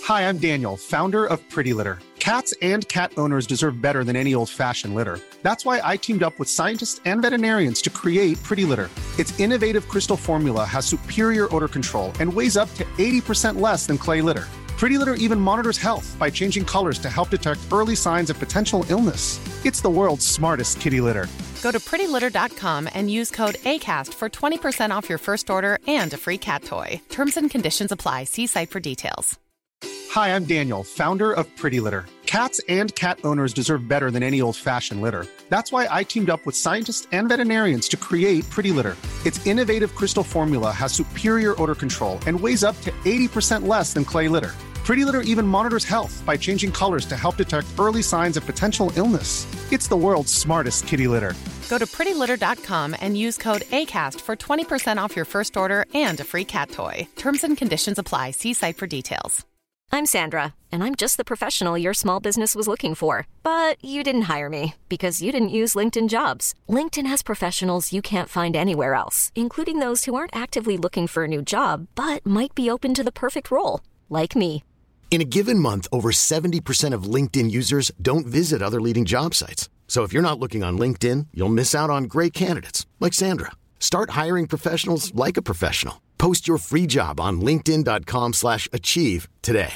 Hi, I'm Daniel, founder of Pretty Litter. Cats and cat owners deserve better than any old-fashioned litter. That's why I teamed up with scientists and veterinarians to create Pretty Litter. Its innovative crystal formula has superior odor control and weighs up to 80% less than clay litter. Pretty Litter even monitors health by changing colors to help detect early signs of potential illness. It's the world's smartest kitty litter. Go to prettylitter.com and use code ACAST for 20% off your first order and a free cat toy. Terms and conditions apply. See site for details. Hi, I'm Daniel, founder of Pretty Litter. Cats and cat owners deserve better than any old-fashioned litter. That's why I teamed up with scientists and veterinarians to create Pretty Litter. Its innovative crystal formula has superior odor control and weighs up to 80% less than clay litter. Pretty Litter even monitors health by changing colors to help detect early signs of potential illness. It's the world's smartest kitty litter. Go to prettylitter.com and use code ACAST for 20% off your first order and a free cat toy. Terms and conditions apply. See site for details. I'm Sandra, and I'm just the professional your small business was looking for. But you didn't hire me because you didn't use LinkedIn Jobs. LinkedIn has professionals you can't find anywhere else, including those who aren't actively looking for a new job, but might be open to the perfect role, like me. In a given month, over 70% of LinkedIn users don't visit other leading job sites. So if you're not looking on LinkedIn, you'll miss out on great candidates like Sandra. Start hiring professionals like a professional. Post your free job on linkedin.com/achieve today.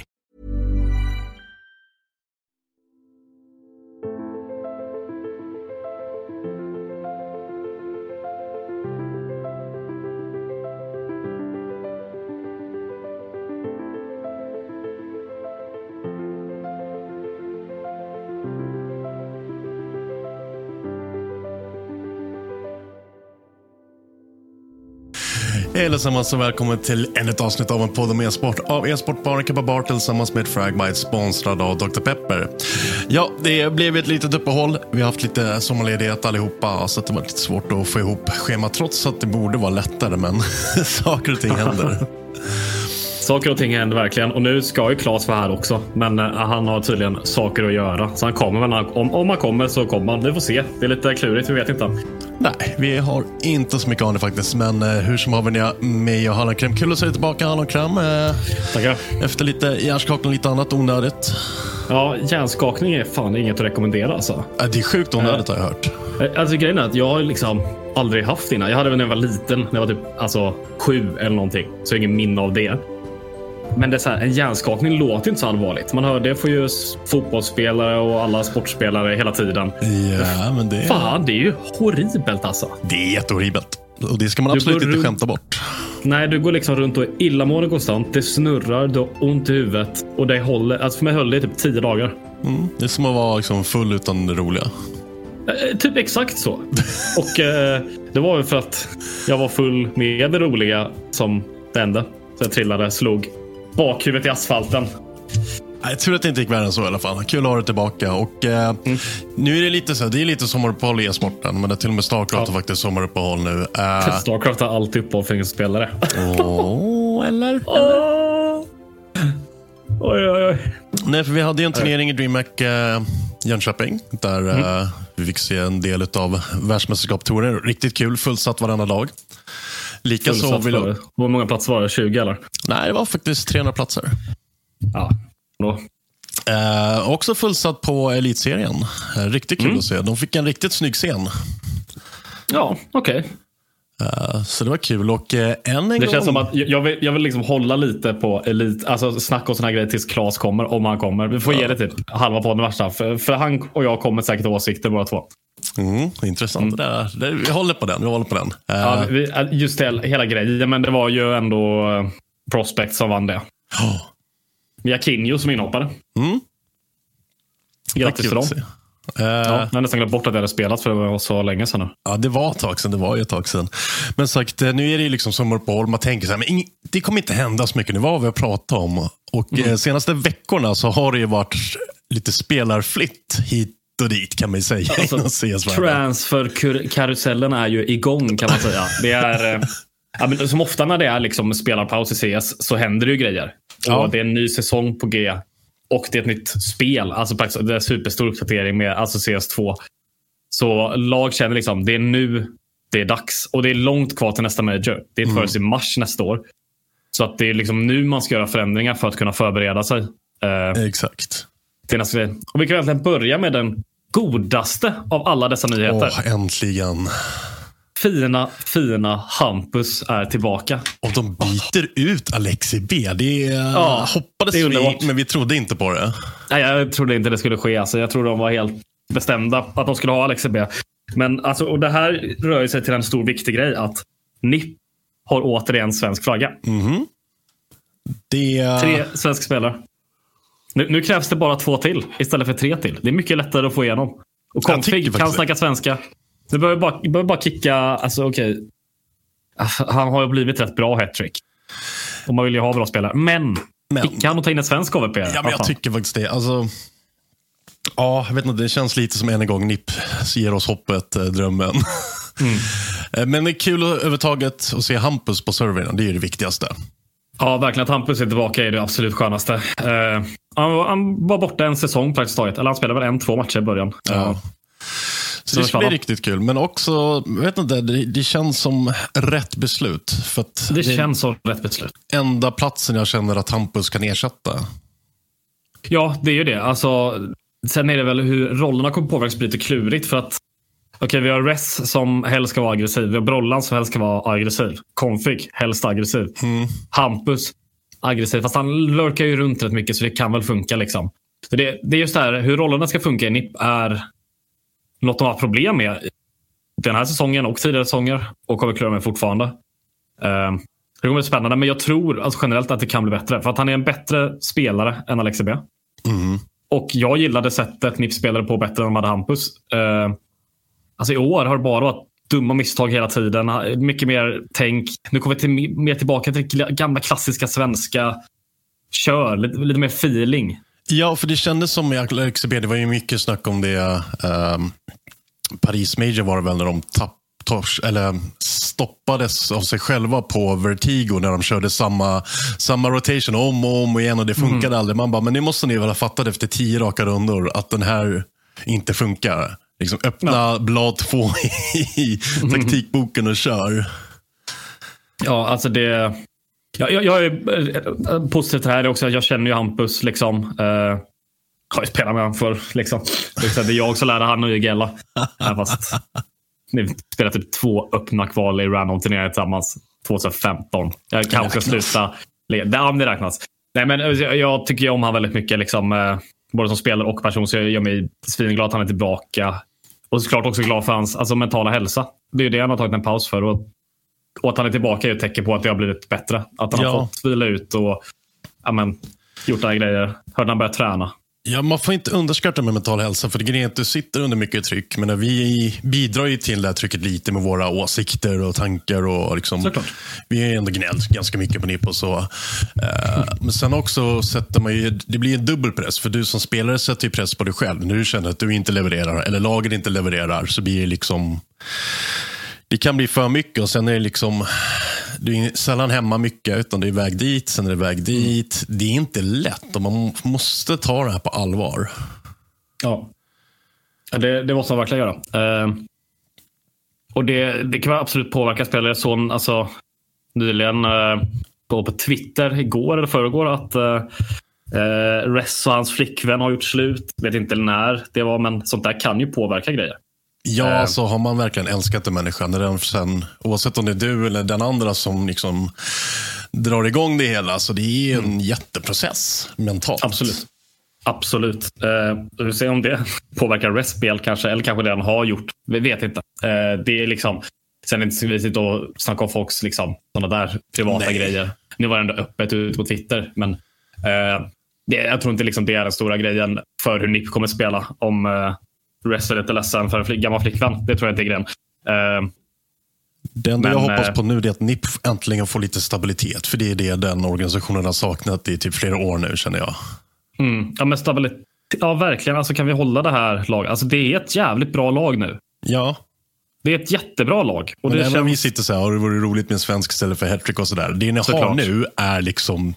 Allesammans och välkommen till ännu ett avsnitt av en podd om e-sport av e-sportbaren Kappa Bar tillsammans med Fragbite, sponsrad av Dr. Pepper. Ja, det blev ett litet uppehåll. Vi har haft lite sommarledighet allihopa, så det var lite svårt att få ihop schema trots att det borde vara lättare, men saker och ting händer. Saker och ting händer verkligen. Och nu ska ju Claes vara här också. Men han har tydligen saker att göra. Så han kommer, men om han kommer så kommer han. Vi får se. Det är lite klurigt, vi vet inte. Nej, vi har inte så mycket aning faktiskt. Men hur som har vi med och Hallonkräm. Kul att se dig tillbaka, Hallonkräm. Tackar. Efter lite hjärnskakning och lite annat onödigt. Ja, hjärnskakning är fan inget att rekommendera alltså. Det är sjukt onödigt har jag hört. Alltså grejen är att jag har liksom aldrig haft innan. Jag hade väl när jag var liten, när jag var typ 7 eller någonting. Så ingen minne av det. Men det är så här, en hjärnskakning låter inte så allvarligt. Man hör det får ju fotbollsspelare och alla sportspelare hela tiden. Ja, men det... Fan, det är ju horribelt alltså. Det är jättehorribelt. Och det ska man absolut inte skämta bort. Nej, du går liksom runt och är illamående konstant. Det snurrar, du har ont i huvudet. Och det håller, alltså för mig höll det i typ 10 dagar. Det är som att vara liksom full utan det roliga. Typ exakt så. Och det var ju för att jag var full med det roliga som vände. Så jag trillade, slog bakhuvudet i asfalten. Jag tror att det inte gick värre än så i alla fall. Kul att ha det tillbaka. Och nu är det lite så, det är lite sommaruppehåll i e-sporten. Men det är till och med Starcraft har faktiskt sommaruppehåll nu. Starcraft har alltid uppehåll för en spelare. Eller? Oj. Nej, för vi hade ju en turnering i DreamHack Jönköping. Där vi fick se en del av världsmästerskapstouren. Riktigt kul, fullsatt varenda dag. Likaså hur många platser var det? 20 eller? Nej, det var faktiskt 300 platser. Ja, då. Också fullsatt på Elitserien. Riktigt kul att se. De fick en riktigt snygg scen. Ja, okej. Så det var kul. Och det känns som att jag vill liksom hålla lite på elit, alltså snacka och såna grejer tills Claes kommer, om han kommer. Vi får ge det typ halva på den värsta. För han och jag kommer säkert åsikter båda två. Intressant. Vi håller på den. Ja, just det, hela grejen. Men det var ju ändå Prospect som vann det. Miakinho som inhoppare. Grattis till dem. Jag har nästan glömt bort att jag hade spelat, för det var så länge sedan nu. Ja, det var ett tag sedan. Men sagt, nu är det liksom sommaruppehåll. Man tänker så här, men det kommer inte hända så mycket nu. Vad har vi att prata om? Och senaste veckorna så har det ju varit lite spelarflytt hit och dit, kan man ju säga. Alltså, transferkarusellen är ju igång, kan man säga. Det är men som ofta när det är liksom spelarpaus i CS så händer det ju grejer. Och det är en ny säsong på G. Och det är ett nytt spel. Alltså det är superstor uppdatering med alltså CS2. Så lag känner liksom, det är nu det är dags. Och det är långt kvar till nästa major. Det är först i mars nästa år. Så att det är liksom nu man ska göra förändringar för att kunna förbereda sig. Exakt. Till nästa grej. Och vi kan egentligen börja med den godaste av alla dessa nyheter. Äntligen. Fina Hampus är tillbaka. Och de byter ut Alexi B. Det hoppades det vi, men vi trodde inte på det. Nej, jag trodde inte det skulle ske. Alltså, jag tror de var helt bestämda att de skulle ha Alexi B. Men alltså, och det här rör sig till en stor viktig grej, att NIP har återigen svensk flagga. Mm-hmm. 3 svenska spelare. Nu krävs det bara 2 till istället för 3 till. Det är mycket lättare att få igenom. Och Config kan snacka svenska. Du behöver bara kicka. Alltså okej. Han har ju blivit rätt bra hattrick. Och man vill ju ha bra spelare. Men kan han ta in en svensk AVP? Ja, men jag tycker faktiskt det. Alltså, ja, jag vet inte. Det känns lite som en gång NIP ger oss hoppet, drömmen. Men det är kul övertaget att se Hampus på servern. Det är det viktigaste. Ja, verkligen. Att Hampus är tillbaka är det absolut skönaste. Han var borta en säsong praktiskt taget. Eller han spelade väl 1-2 matcher i början. Ja. Så det ska bli riktigt kul. Men också, vet inte, det känns som rätt beslut. För att det känns som rätt beslut. Enda platsen jag känner att Hampus kan ersätta. Ja, det är ju det. Alltså, sen är det väl hur rollerna kommer påverkas lite klurigt. För att vi har Res som helst ska vara aggressiv. Vi har Brollan som helst ska vara aggressiv. Config, helst aggressiv. Hampus, aggressiv. Fast han lurkar ju runt rätt mycket, så det kan väl funka liksom. Så det är just det här, hur rollerna ska funka i NIP är något de har problem med den här säsongen och tidigare säsonger, och kommer klura med fortfarande. Det kommer bli spännande, men jag tror alltså generellt att det kan bli bättre. För att han är en bättre spelare än Alexi B. Och jag gillade sättet NIP spelade på bättre än de hade Hampus. Alltså i år har det bara varit dumma misstag hela tiden. Mycket mer tänk. Nu kommer vi mer tillbaka till gamla klassiska svenska kör. Lite mer feeling. Ja, för det kändes som i Alexi B. Det var ju mycket snack om det. Paris Major var det väl när de stoppades av sig själva på Vertigo när de körde samma rotation om och om igen, och det funkade aldrig. Man bara, men det måste ni väl ha fattat efter 10 raka rundor att den här inte funkar. Liksom öppna blad 2 i taktikboken och kör. Ja, alltså det... Jag är positiv till det här också. Jag känner ju Hampus liksom. Har ju spelat med honom för liksom. Det är jag också lärde han och Gella. Fast ni spelar typ 2 öppna kval i random turneringar tillsammans 2015. Jag kanske ska sluta. Det räknas. Nej, men jag tycker ju om han väldigt mycket liksom, både som spelare och person, så jag gör mig svinglad att han är tillbaka. Och såklart också glad för hans mentala hälsa. Det är ju det han har tagit en paus för, och att han är tillbaka är ett tecken på att det har blivit bättre. Att han har fått vila ut och gjort några grejer. Hörde han börja träna. Ja, man får inte underskatta med mental hälsa, för det är att du sitter under mycket tryck, men vi bidrar ju till det här trycket lite med våra åsikter och tankar och liksom, vi är ändå gnällt ganska mycket på NIP och så. Men sen också sätter man ju, det blir en dubbel press, för du som spelare sätter ju press på dig själv. När du känner att du inte levererar eller laget inte levererar, så blir det liksom, det kan bli för mycket, och sen är det liksom, du är sällan hemma mycket, utan det är väg dit, sen är det väg dit. Det är inte lätt, och man måste ta det här på allvar. Ja, det måste man verkligen göra. Och det kan absolut påverka spelare. Så alltså, nyligen på Twitter igår eller förrgår att Res och hans flickvän har gjort slut. Vet inte när det var, men sånt där kan ju påverka grejer. Ja, så har man verkligen älskat en människa, när den sen, oavsett om det är du eller den andra som liksom drar igång det hela, så det är en jätteprocess mentalt. Absolut. Vi får se om det påverkar Res-spel kanske, eller kanske det han har gjort. Vi vet inte. Det är liksom, sen är det inte vi sitter och snackar om folks liksom sådana där privata grejer. Nu var det ändå öppet ut på Twitter, men jag tror inte liksom det är den stora grejen för hur NIP kommer spela om Res är lite ledsen för en gammal flickvän. Det tror jag inte är grejen. Det enda jag hoppas på nu är att NIP äntligen får lite stabilitet. För det är det den organisationen har saknat i typ flera år nu, känner jag. Ja, men stabilitet. Ja, verkligen. Alltså, kan vi hålla det här laget? Alltså, det är ett jävligt bra lag nu. Ja. Det är ett jättebra lag. Och men det även om vi sitter så här, och det vore roligt med en svensk istället för hattrick och sådär. Det ni har nu är liksom...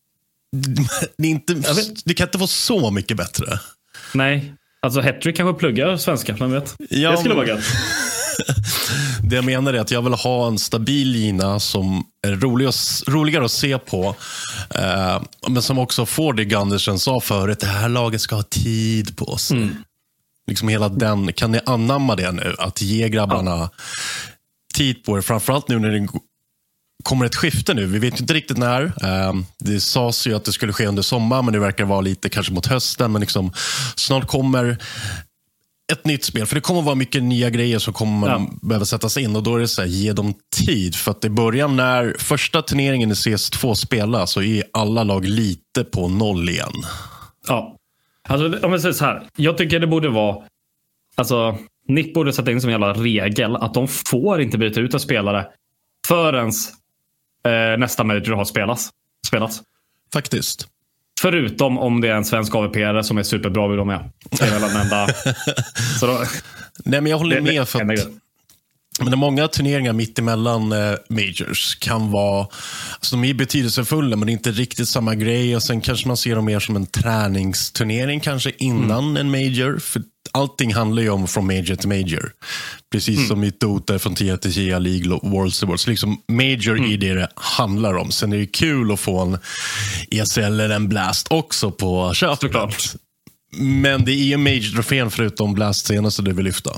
Det kan inte vara så mycket bättre. Nej. Alltså hattrick kanske pluggar svenska, man vet. Det skulle vara gött. Det jag menar är att jag vill ha en stabil lina som är roligare att se på. Men som också får det Gundersen sa förut. Det här laget ska ha tid på sig. Liksom hela den. Kan ni anamma det nu? Att ge grabbarna tid på det. Framförallt nu när det kommer ett skifte nu. Vi vet ju inte riktigt när. Det sades ju att det skulle ske under sommar, men det verkar vara lite kanske mot hösten. Men liksom, snart kommer ett nytt spel. För det kommer vara mycket nya grejer som kommer behöva sättas in. Och då är det så här, ge dem tid. För att i början när första turneringen i CS2 spelas så är alla lag lite på noll igen. Ja. Alltså om jag säger så här. Jag tycker det borde vara... Alltså, NIP borde sätta in som en jävla regel att de får inte byta ut en spelare förrän nästa major har spelats. Faktiskt. Förutom om det är en svensk AVP som är superbra vid de är. Det är väl den enda. Så då, nej, men jag håller med för att men det många turneringar mitt emellan majors kan vara, alltså de är betydelsefulla men det är inte riktigt samma grej, och sen kanske man ser dem mer som en träningsturnering kanske innan en major, för allting handlar ju om från major till major. Precis som i Dota från TIA till TIA League, Worlds till Worlds. Så liksom major är det handlar om. Sen är det kul att få en ESL eller en Blast också på köpet. Men det är ju major-trofén förutom Blast senaste du vill lyfta.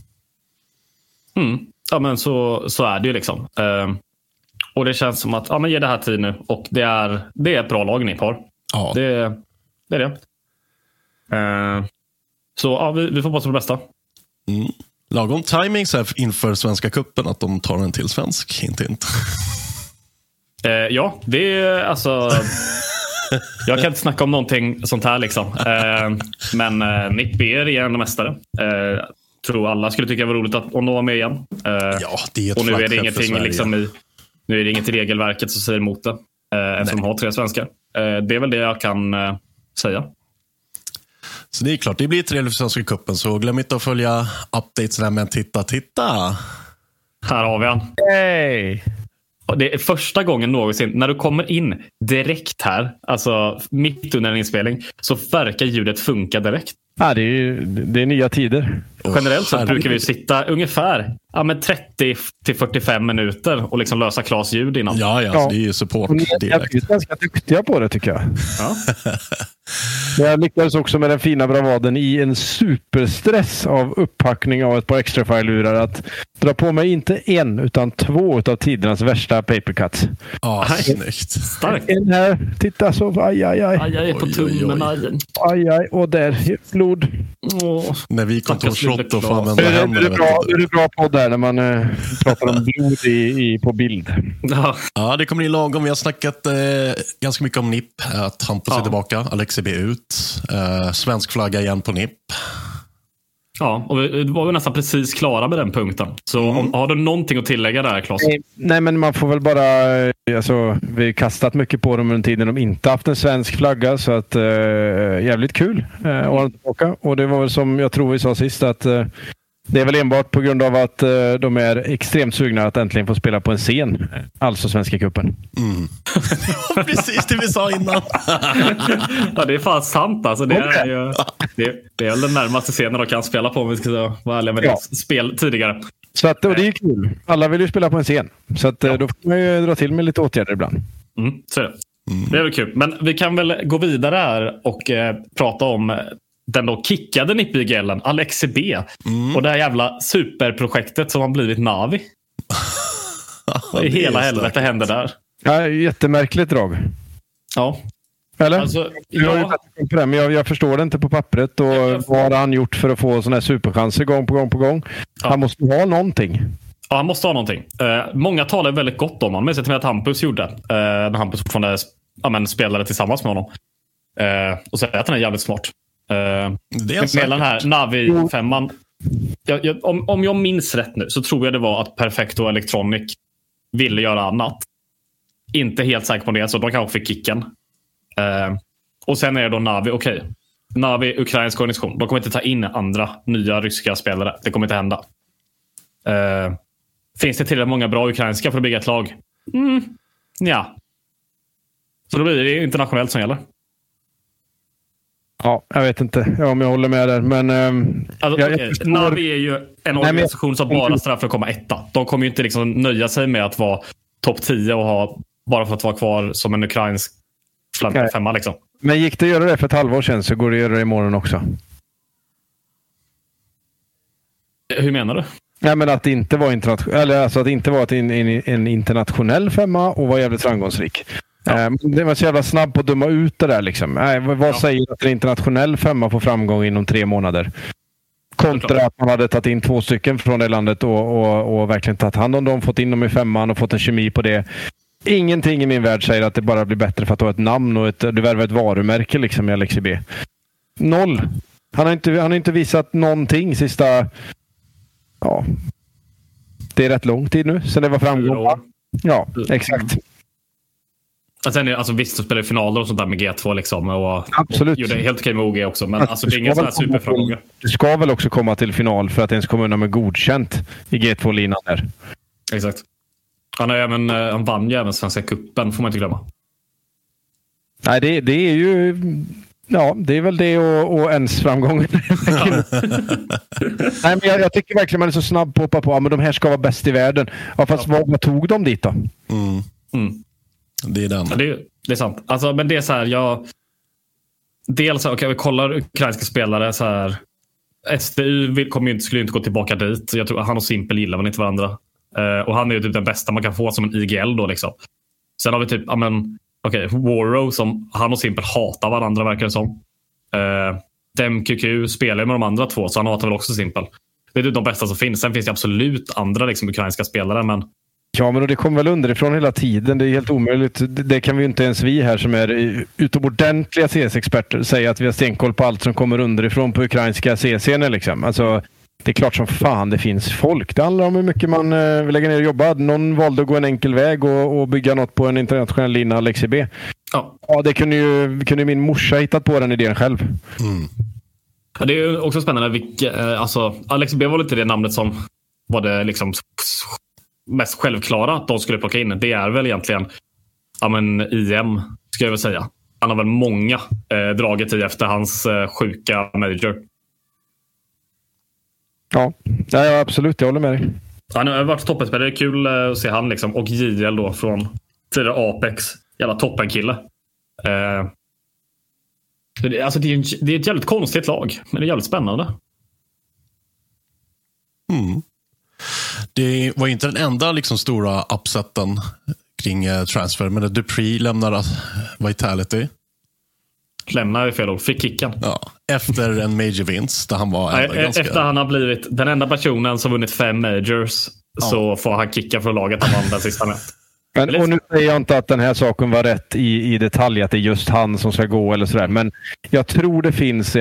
Ja, men så är det ju liksom. Och det känns som att men ge det här tid nu. Och det är ett bra lag ni har. Ja. Det är det. Så vi får hoppas på det bästa. Lagom timing så här inför Svenska cupen att de tar en till svensk. Inte. Ja, det är alltså... Jag kan inte snacka om någonting sånt här liksom. Men NIP är regerande mästare. Tror alla skulle tycka det var roligt om de var med igen. Ja, det är ett och nu är det flaggskepp ingenting liksom nu är det inget i regelverket som säger emot det. Eftersom de har 3 svenskar. Det är väl det jag kan säga. Så det är klart, det blir trevligt för Svenska cupen. Så glöm inte att följa updates där, men titta. Här har vi han. Hej! Det är första gången någonsin när du kommer in direkt här, alltså mitt under en inspelning, så verkar ljudet funka direkt. Ja, det är nya tider. Generellt så brukar vi sitta ungefär 30-45 minuter och liksom lösa Klas ljud innan. Ja, det är ju support direkt. Jag är ganska duktiga på det tycker jag. Ja. Jag lyckades också med den fina bravaden i en superstress av upppackning av ett par extra firelurar att dra på mig inte en utan 2 av tidernas värsta papercuts. Ja, snyggt. Starkt. En här, titta så, aj på tummen. Aj, och där, blod. När vi kontorsshot då får använda händerna. Är det bra på där när man pratar om blod på bild? Ja, det kommer in lagom. Vi har snackat ganska mycket om NIP. Att Hampus är tillbaka. Alex är ut. Svensk flagga igen på NIP. Ja, och vi var nästan precis klara med den punkten. Så har du någonting att tillägga där, Klas? Nej, men man får väl bara... Alltså, vi har kastat mycket på dem under tiden de inte haft en svensk flagga. Så att jävligt kul att ha den tillbaka. Och det var väl som jag tror vi sa sist att det är väl enbart på grund av att de är extremt sugna att äntligen få spela på en scen. Alltså Svenska cupen. Precis det vi sa innan. Ja, det är fan sant. Alltså, det är väl den närmaste scenen de kan spela på om vi ska vara ärliga med det spel tidigare. Så att, och det är kul. Alla vill ju spela på en scen. Så att, då får man ju dra till med lite åtgärder ibland. Så är det. Det är väl kul. Men vi kan väl gå vidare här och prata om den då kickade NIP-gällen, Alex B. Och det här jävla superprojektet som har blivit Navi. I hela helvete händer där. Ja, jättemärkligt drag. Ja. Eller? Alltså, men jag förstår det inte på pappret. Och vad har han gjort för att få såna här superchanser gång på gång? Ja. Han måste ha någonting. Ja, han måste ha någonting. Många talar väldigt gott om honom. Men jag till att Hampus gjorde. När Hampus fortfarande spelade tillsammans med honom. Och säger att han är jävligt smart. Med den här Navi-5. Om jag minns rätt nu så tror jag det var att Perfecto Electronic ville göra annat. Inte helt säker på det, så de kanske fick kicken. Och sen är det då Navi, okej. Navi, ukrainsk organisation. De kommer inte ta in andra nya ryska spelare. Det kommer inte hända. Finns det tillräckligt många bra ukrainska för att bygga ett lag? Ja. Så då blir det internationellt som gäller. Ja, jag vet inte om jag håller med där. Men, Navi är ju en organisation som bara strävar för att komma etta. De kommer ju inte liksom nöja sig med att vara topp 10 och ha bara för att vara kvar som en ukrainsk femma liksom. Men gick det att göra det för ett halvår sedan så går det att göra det imorgon också. Hur menar du? Ja, men att det inte var en internationell femma och var jävligt framgångsrik. Ja. Det var så jävla snabb på att döma ut det där liksom. Vad säger att en internationell femma får framgång inom 3 månader? Kontra att man hade tagit in 2 stycken från det landet och verkligen tagit hand om dem, fått in dem i femman och fått en kemi på det. Ingenting i min värld säger att det bara blir bättre för att ha ett namn och du värvar ett varumärke liksom i Alexi B. 0. Han har inte visat någonting sista... Ja. Det är rätt lång tid nu sen det var framgång. Ja, exakt. Alltså visst, så spelar finaler och sånt där med G2 liksom. Och absolut. Gjorde helt okej med OG också. Men alltså, det är inga sådana här superframgångar. Du ska väl också komma till final för att ens komma undan med godkänt i G2-linan där. Exakt. Han vann ju även Svenska cupen, får man inte glömma. Nej, det är ju... Ja, det är väl det och ens framgång. Nej, men jag tycker verkligen man är så snabb på att hoppa på. Ja, men de här ska vara bäst i världen. Ja, fast vad tog de dit då? Det är den. Ja, det är sant. Alltså, men det är så här, dels vi kollar ukrainska spelare så här. SDU skulle inte gå tillbaka dit. Jag tror han och Simpel gillar väl inte varandra. Och han är ju typ den bästa man kan få som en IGL då liksom. Sen har vi typ, Warrow som han och Simpel hatar varandra verkar det som. DemQQ spelar med de andra 2 så han hatar väl också Simpel. Det är typ de bästa som finns. Sen finns det absolut andra liksom ukrainska spelare, men ja, men det kommer väl underifrån hela tiden. Det är helt omöjligt. Det kan vi ju inte ens vi här som är utomordentliga CS-experter säga att vi har stenkoll på allt som kommer underifrån på ukrainska CS-scener liksom. Alltså, det är klart som fan det finns folk. Det handlar om hur mycket man vill lägga ner och jobba. Någon valde att gå en enkel väg och bygga något på en internationell lina, Alexi B. Ja, det kunde ju min morsa hittat på den idén själv. Ja, det är ju också spännande. Alexi B var lite det namnet som var det liksom mest självklara att de skulle plocka in. Det är väl egentligen IM, ska jag väl säga. Han har väl många dragit i efter hans sjuka major. Ja, absolut. Jag håller med dig. Han har varit toppenspelare. Det är kul att se han liksom. Och JL då från tidigare Apex. Jävla toppenkille. Det är ett jävligt konstigt lag. Men det är jävligt spännande. Det var inte den enda liksom stora upseten kring transfer. Men Dupree lämnar Vitality. Lämnar i fel ord. Fick kicken. Ja, efter en major vinst där han var efter han har blivit den enda personen som vunnit 5 majors så får han kicka från laget han vann den sista med. Och nu säger jag inte att den här saken var rätt i detalj, att det är just han som ska gå eller sådär. Men jag tror det finns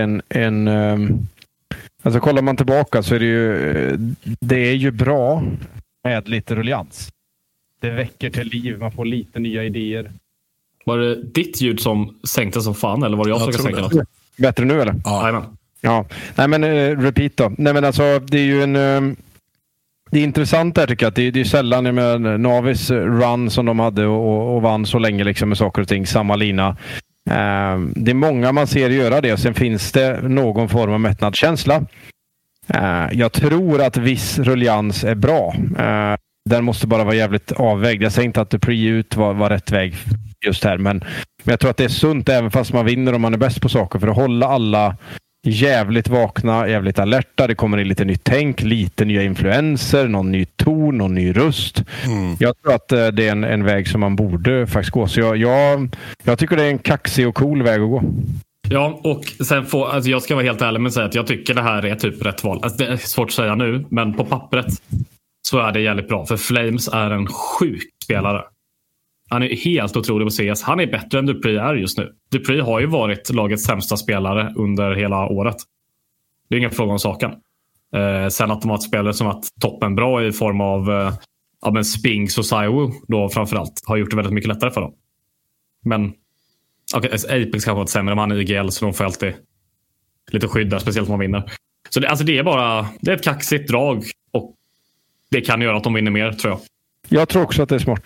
alltså kollar man tillbaka så är det är ju bra med lite ruljans. Det väcker till liv, man får lite nya idéer. Var det ditt ljud som sänkte som fan eller var det jag som ska sänka något? Bättre nu eller? Ja. Nej men repeat då. Nej men alltså det är ju det är intressant där tycker jag. Det är sällan med Navis run som de hade och vann så länge liksom med saker och ting. Samma lina. Det är många man ser göra det. Sen finns det någon form av mättnadskänsla. Jag tror att viss ruljans är bra. Den måste bara vara jävligt avvägd. Jag säger inte att det pre-ut var rätt väg just här. Men jag tror att det är sunt även fast man vinner om man är bäst på saker. För att hålla alla jävligt vakna, jävligt alerta. Det kommer in lite nytt tänk, lite nya influenser, någon ny ton, någon ny röst. Jag tror att det är en väg som man borde faktiskt gå. Så jag tycker det är en kaxig och cool väg att gå. Ja, och sen jag ska vara helt ärlig med att säga att jag tycker det här är typ rätt val. Alltså, det är svårt att säga nu, men på pappret så är det jävligt bra. För Flames är en sjuk spelare. Han är helt otrolig på CS. Han är bättre än Dupree är just nu. Dupree har ju varit lagets sämsta spelare under hela året. Det är ingen fråga om saken. Sen att de har ett spelare som varit toppen bra i form av Spinks och Saiwo då framförallt har gjort det väldigt mycket lättare för dem. Men Apex kanske varit sämre, men han är IGL så de får alltid lite skydd där, speciellt om man vinner. Så det är ett kaxigt drag och det kan göra att de vinner mer, tror jag. Jag tror också att det är smart.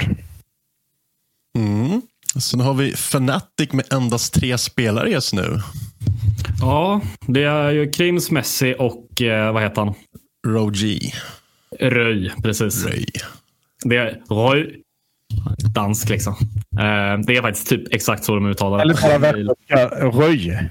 Sen har vi Fnatic med endast 3 spelare just nu. Ja, det är ju Krims, Messi och vad heter han? Röj, precis. Det är Röj. Dansk liksom. Det är faktiskt typ exakt så de uttalar. Eller bara Röj.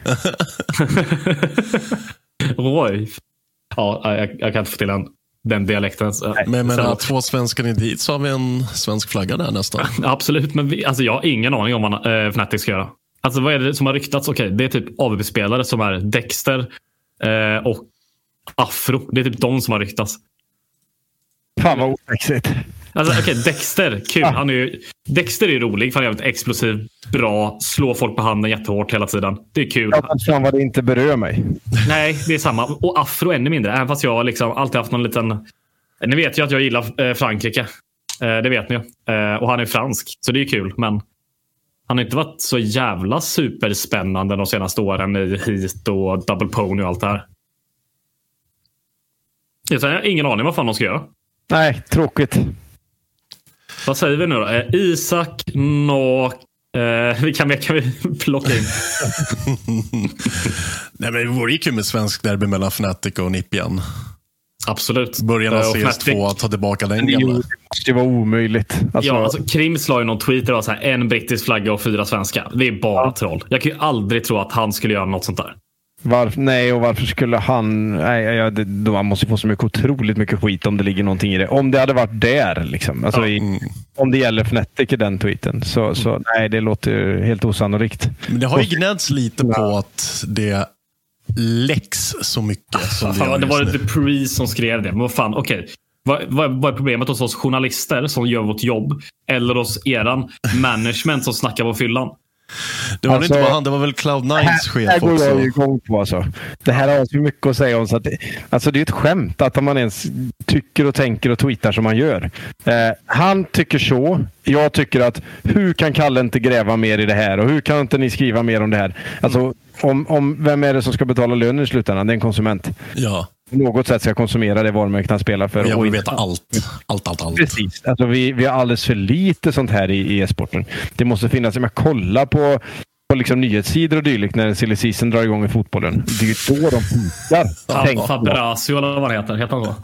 Röj. Ja, jag kan inte få till den dialekten. Men 2 svenskar in dit så har vi en svensk flagga där nästan. Absolut, men jag har ingen aning om vad Fnatic ska göra. Alltså vad är det som har ryktats? Okej, det är typ AVP-spelare som är Dexter och Afro. Det är typ de som har ryktats. Fan vad osexigt. Alltså okej, Dexter, kul. Dexter är rolig för han är jävligt explosiv, bra, slår folk på handen jättehårt hela tiden. Det är kul. Fan vad det inte berör mig. Nej, det är samma. Och Afro ännu mindre. Även fast jag liksom alltid haft någon liten... Ni vet ju att jag gillar Frankrike. Det vet ni. Och han är fransk, så det är kul. Men han har inte varit så jävla superspännande de senaste åren i Heat och Double Pony och allt det här. Jag har ingen aning vad fan de ska göra. Nej, tråkigt. Vad säger vi nu då? Isak, vi kan plocka in. Nej, men det vore ju kul med svensk derby mellan Fnatic och Nipian. Absolut. Början av CS2 att ta tillbaka den gamla. Det var omöjligt. Alltså Krim slår ju någon tweet. Det var så här, 1 brittisk flagga och 4 svenska. Det är bara troll. Jag kan ju aldrig tro att han skulle göra något sånt där. Varför skulle han... Man måste få så otroligt mycket skit om det ligger någonting i det. Om det hade varit där, liksom. Alltså om det gäller Fnatic i den tweeten. Så nej, det låter helt osannolikt. Men det har ju gnällts lite på att det läcks så mycket som det gör. Det var The Pre som skrev det. Men vad fan, okej. Vad är problemet hos oss journalister som gör vårt jobb? Eller hos eran management som snackar på fyllan? Det var inte bara han, det var väl Cloud9s chef också. Det går jag igång på alltså. Det här har så mycket att säga om så att det är ett skämt att man ens tycker och tänker och tweetar som man gör. Han tycker så. Jag tycker att hur kan Kalle inte gräva mer i det här och hur kan inte ni skriva mer om det här? Alltså om vem är det som ska betala lönen i slutändan? Det är en konsument. Ja. På något sätt ska konsumera det varumärket han spelar för. Jag vill veta allt. Precis. Alltså, vi har alldeles för lite sånt här i e-sporten. Det måste finnas, jag kollar på liksom nyhetssidor och dylikt när silly season drar igång i fotbollen. Det är ju då de pikar. Fabrazio eller vad heter han så?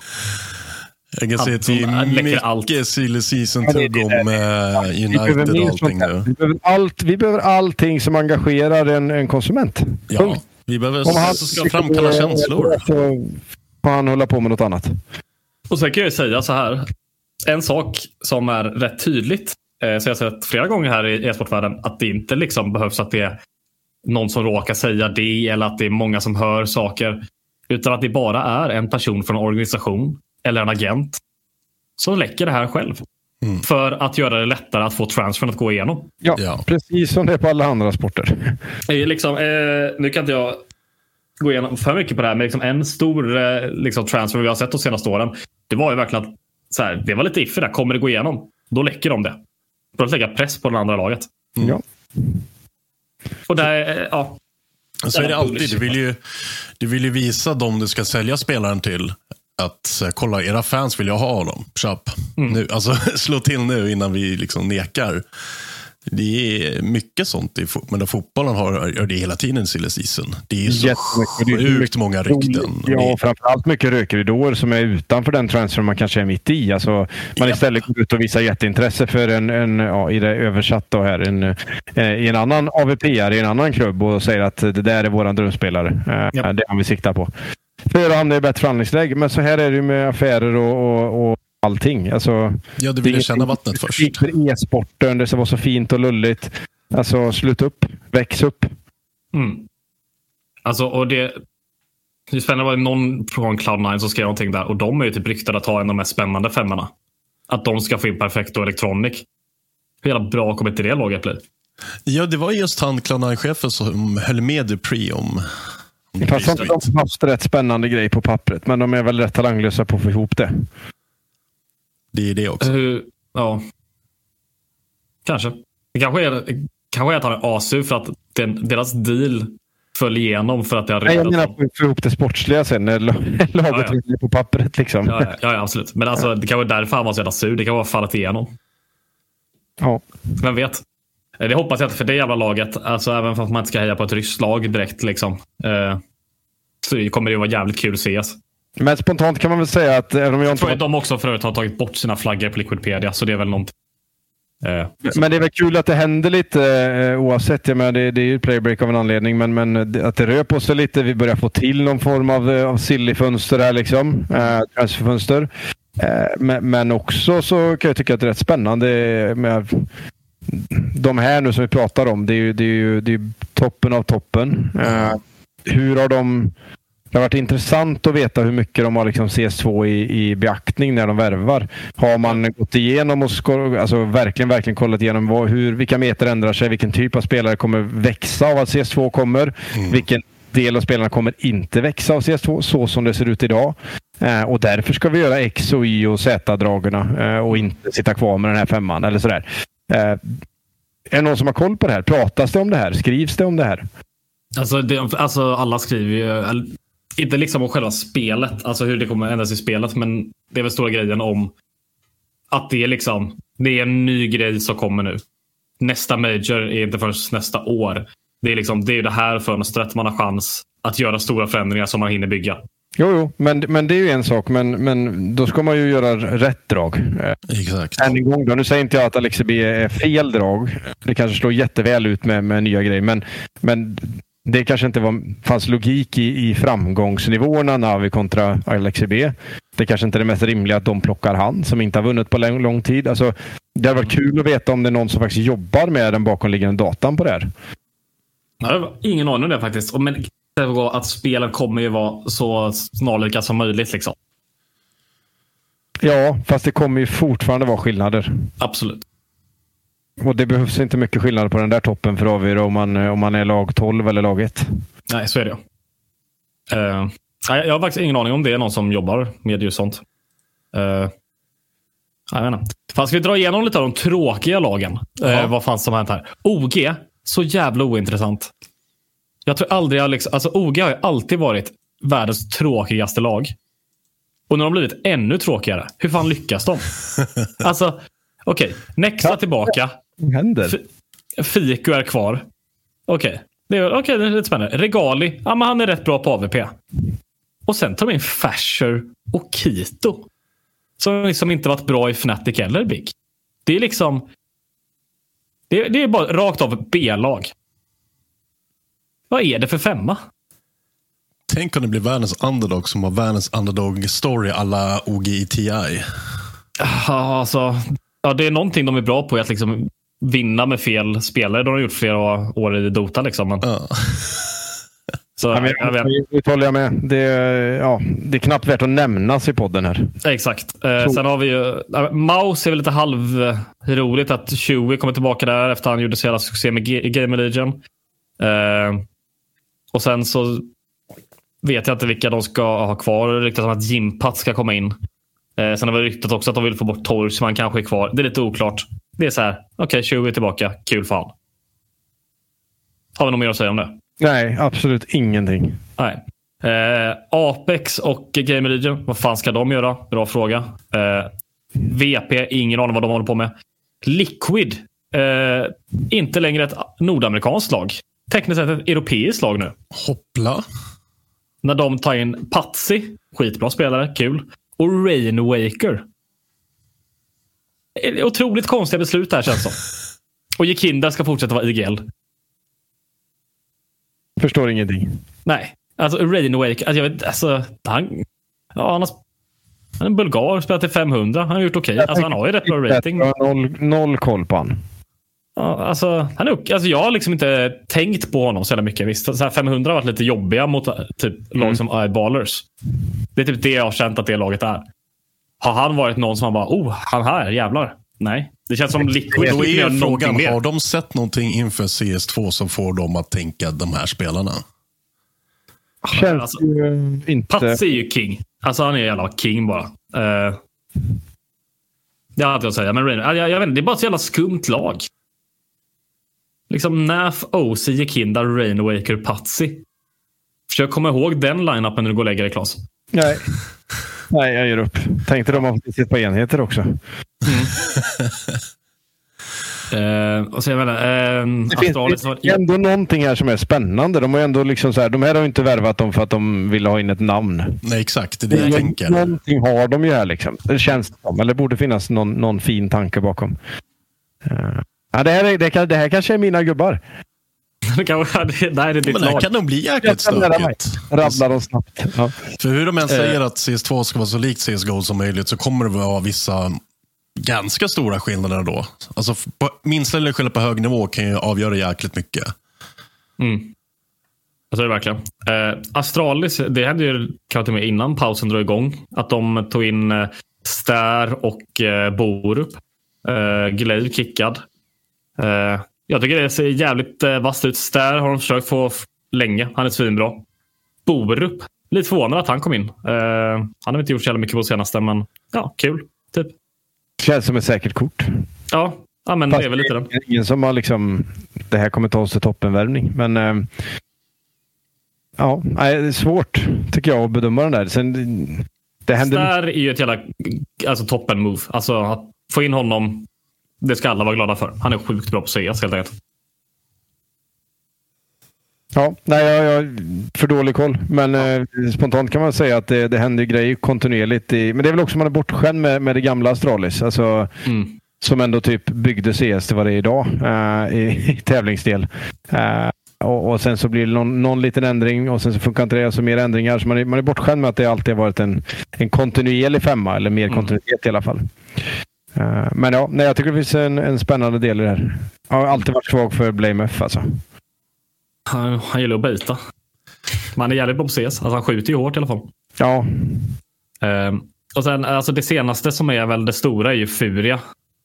Jag kan säga att det är mycket silly season-tugg om United och allting nu. Vi behöver allting som engagerar en konsument. Ja. Vi behöver ska framkalla känslor. Så får han hålla på med något annat. Och så kan jag säga så här. En sak som är rätt tydligt. Så jag har sett flera gånger här i e-sportvärlden. Att det inte liksom behövs att det är någon som råkar säga det. Eller att det är många som hör saker. Utan att det bara är en person från en organisation. Eller en agent. Som läcker det här själv. För att göra det lättare att få transfern att gå igenom. Ja, precis som det är på alla andra sporter. Liksom, nu kan inte jag gå igenom för mycket på det här. Men liksom en stor liksom, transfer vi har sett de senaste åren. Det var ju verkligen att så här, det var lite iffy där. Kommer det gå igenom? Då läcker de det. För att lägga press på det andra laget. Ja. Och där, ja. Så är det alltid. Du vill ju visa dem du ska sälja spelaren till. Att kolla, era fans vill jag ha honom. Köp. Nu, alltså slå till nu innan vi liksom nekar. Det är mycket sånt. Men fotbollen gör det hela tiden i silly season. Det är så sjukt många rykten. Ja, framförallt mycket rökridåer som är utanför den transfer man kanske är mitt i. Alltså, man istället går ut och visar jätteintresse för i det översatt då här, i en annan AVP-are, i en annan klubb och säger att det där är våran drömspelare. Det har vi siktar på. För att hamna i bättre förhandlingsläge. Men så här är det ju med affärer och allting. Alltså, ja, du vill känna vattnet först. Det för e-sporten, det ska vara så fint och lulligt. Alltså, slut upp. Väx upp. Alltså, och det är spännande var någon från Cloud9 som skrev någonting där. Och de är ju typ ryktade att ta en av de mest spännande femmorna. Att de ska få in Perfect och Electronic. Hur jävla bra kommer inte det laget bli? Ja, det var just han Cloud9-chefen som höll med Dupree om fast de har haft rätt spännande grej på pappret. Men de är väl rätt talanglösa på att få ihop det. Det är det också. Ja. Kanske. Det kanske är att han är ASU för att deras deal föll igenom för att det har jag menar att få ihop det sportsliga sen när laget är på pappret liksom. Ja, absolut. Men alltså, det kan vara därför han var så jävla sur. Det kan vara fallet igenom. Ja. Vem vet? Det hoppas jag inte för det jävla laget. Alltså även för att man inte ska heja på ett ryskt lag direkt liksom. Så kommer det vara jävligt kul att ses. Men spontant kan man väl säga att även om jag tror att de också förut har tagit bort sina flaggor på Liquipedia, så det är väl någonting. Men det är väl kul att det händer lite oavsett. Jag menar, det är ju ett playbreak av en anledning, men att det rör på sig lite. Vi börjar få till någon form av silly-fönster här liksom. Transferfönster. Men också så kan jag tycka att det är rätt spännande med de här nu som vi pratar om. Det är ju toppen av toppen. Hur har de... Det har varit intressant att veta hur mycket de har liksom CS2 i beaktning när de värvar. Har man gått igenom och verkligen kollat igenom vilka meter ändrar sig, vilken typ av spelare kommer växa av att CS2 kommer, vilken del av spelarna kommer inte växa av CS2 så som det ser ut idag. Och därför ska vi göra X och Y och Z-dragerna och inte sitta kvar med den här 5:an eller sådär. Är det någon som har koll på det här? Pratas det om det här? Skrivs det om det här? Alltså alla skriver ju... Inte liksom om själva spelet, alltså hur det kommer ändras i spelet, men det är väl stora grejen om att det är en ny grej som kommer nu. Nästa major är inte först nästa år. Det är ju det här fönstret man har chans att göra stora förändringar som man hinner bygga. Jo, men det är ju en sak, men då ska man ju göra rätt drag. Exakt. Än en gång då, nu säger inte jag att Alexibi är fel drag. Det kanske slår jätteväl ut med nya grejer, men det kanske inte fanns logik i framgångsnivåerna Navi kontra Alexibi. Det kanske inte är det mest rimliga att de plockar han som inte har vunnit på lång tid. Alltså, det hade varit kul att veta om det är någon som faktiskt jobbar med den bakomliggande datan på det här. Jag har ingen aning om det faktiskt. Men att spelen kommer ju vara så snarlika som möjligt liksom. Ja, fast det kommer ju fortfarande vara skillnader. Absolut. Och det behövs inte mycket skillnad på den där toppen för att avgöra om man är lag 12 eller lag 1. Nej, så är det. Jag har faktiskt ingen aning om det är någon som jobbar med just sånt. Jag vet inte. Fan, ska vi dra igenom lite av de tråkiga lagen? Vad fanns som har hänt här? OG, så jävla ointressant. Jag tror aldrig OG har ju alltid varit världens tråkigaste lag. Och nu har de blivit ännu tråkigare. Hur fan lyckas de? Alltså, okej. Nexa tillbaka. Vad händer? Fiku är kvar. Okej. Det är lite spännande. Regali, ja men han är rätt bra på AVP. Och sen tar de in Fasher och Kito. Som liksom inte varit bra i Fnatic eller Big. Det är liksom... Det är bara rakt av B-lag. Vad är det för 5? Tänk om det blir världens underdog som har världens underdog-story alla OGTI. Alltså... Ja, det är någonting de är bra på att liksom vinna med fel spelare. De har gjort flera år i Dota liksom. Men... Så, jag vet. Håller jag med. Det är knappt värt att nämnas i podden här. Exakt. Sen har vi ju... Maus är väl lite halvroligt att Chewie kommer tillbaka där efter han gjorde så jävla succé med Game Legion. Och sen så vet jag inte vilka de ska ha kvar. Det ryktas som att Jimpat ska komma in. Sen har vi ryktat också att de vill få bort Torch, så man kanske är kvar. Det är lite oklart. Det är så här, okej, 20 är tillbaka. Kul fan. Har vi något mer att säga om det? Nej, absolut ingenting. Nej. Apex och Game Legion, vad fan ska de göra? Bra fråga. VP, ingen aning vad de håller på med. Liquid, inte längre ett nordamerikanskt lag. Tekniskt sett ett europeiskt lag nu. Hoppla. När de tar in Patsy, skitbra spelare, kul. Och Rainwaker. Otroligt konstiga beslut här känns som. Och Jekinda ska fortsätta vara IGL. Förstår ingenting. Nej, alltså Rainwaker, han är en bulgar, spelat till 500. Han har gjort okej. Alltså han har ju rätt bra rating. Noll koll på han. Ja, alltså jag har liksom inte tänkt på honom så jävla mycket. Visst, så här 500 har varit lite jobbiga mot typ lag som Eyeballers. Det är typ det jag har känt att det laget är. Har han varit någon som har bara, han här, jävlar. Nej, det känns som Liquid. Då är frågan, har de sett någonting inför CS2 som får dem att tänka de här spelarna? Känns ju inte... Pats är ju king. Alltså han är jävla king bara. Det har jag säga. Men jag vet inte, det är bara ett jävla skumt lag. Liksom Naf, OC, Jekinda, Rainwaker, Patsy. Försök komma ihåg den line-upen när du går och lägger dig, Claes. Nej, jag ger upp. Tänkte de har fått sitta på enheter också. Och så jag menar, det finns ändå någonting här som är spännande. De har ändå liksom så här, de här har inte värvat dem för att de vill ha in ett namn. Nej, exakt. Det är det jag tänker. Någonting har de ju här liksom. Det känns som. Eller borde finnas någon fin tanke bakom. Ja, det här kanske är mina gubbar. Det kan nog bli jäkligt stökigt. Rabblar dem snabbt. Ja. För hur de än säger att CS2 ska vara så likt CSGO som möjligt, så kommer det vara vissa ganska stora skillnader då. Alltså på minsta eller skillnad på hög nivå kan ju avgöra jäkligt mycket. Alltså det är verkligen. Astralis, det hände ju kanske med innan pausen drog igång. Att de tog in Stär och Borup. Glaive kickad. Jag tycker det ser jävligt vasst ut. Stär har de försökt få länge. Han är svinbra. Borup, lite förvånad att han kom in. Han har inte gjort så jävla mycket på senaste, men ja, kul. Typ. Känns som ett säkert kort. Ja men det är väl lite det. Ingen som har liksom, det här kommer ta oss till toppenvärvning. Men ja, det är svårt tycker jag att bedöma den där. Sen, det händer... Stär är ju ett jävla toppen move. Alltså att få in honom, det ska alla vara glada för. Han är sjukt bra på CS helt enkelt. Ja, nej, jag har för dålig koll. Men spontant kan man säga att det händer grejer kontinuerligt. Men det är väl också man är bortskämd med det gamla Astralis. Alltså, som ändå typ byggde CS till vad det är idag i tävlingsdel. Och sen så blir det någon liten ändring och sen så funkar inte det, alltså mer ändringar. Så man är bortskämd med att det alltid har varit en kontinuerlig femma eller mer kontinuitet i alla fall. Men ja, nej, jag tycker det finns en spännande del i det här. Jag har alltid varit svag för BlameF alltså. Han gillar att bita. Man är jävligt bra på CS. Alltså, han skjuter ju hårt i alla fall. Ja. Och sen, alltså det senaste som är väl det stora är ju Furia.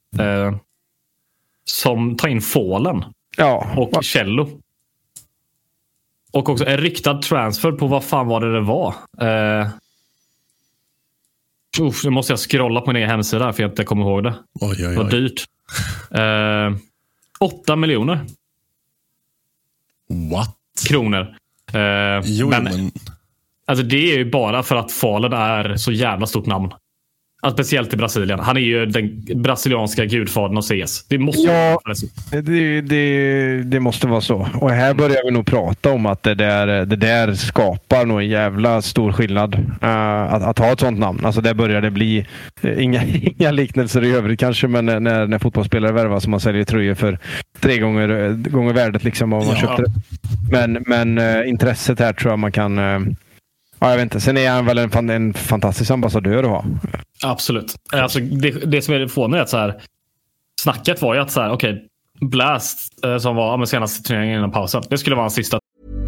Som tar in Fallen. Ja. Och Cello. Och också en riktad transfer på vad fan var det var. Nu måste jag scrolla på min egen hemsida för jag inte kommer ihåg det. Oj. Det var dyrt. 8 miljoner. What? Kronor. Men alltså det är ju bara för att Fallen är så jävla stort namn. Alltså, speciellt i Brasilien. Han är ju den brasilianska gudfadern av CS. Det måste vara så. Det måste vara så. Och här börjar vi nog prata om att det där skapar nog en jävla stor skillnad. Att ha ett sånt namn. Alltså där börjar det bli inga liknelser i övrigt kanske, men när fotbollsspelare värvas som man säljer tröjor för 3 gånger värdet liksom av vad man köpte det. Men intresset här tror jag man kan... Ja, jag vet inte. Sen är han väl en fantastisk ambassadör att ha. Absolut. Alltså, det som är förvånande är att så här, snacket var ju att så här, okej, Blast som var med senaste turneringen innan pausen, det skulle vara hans sista.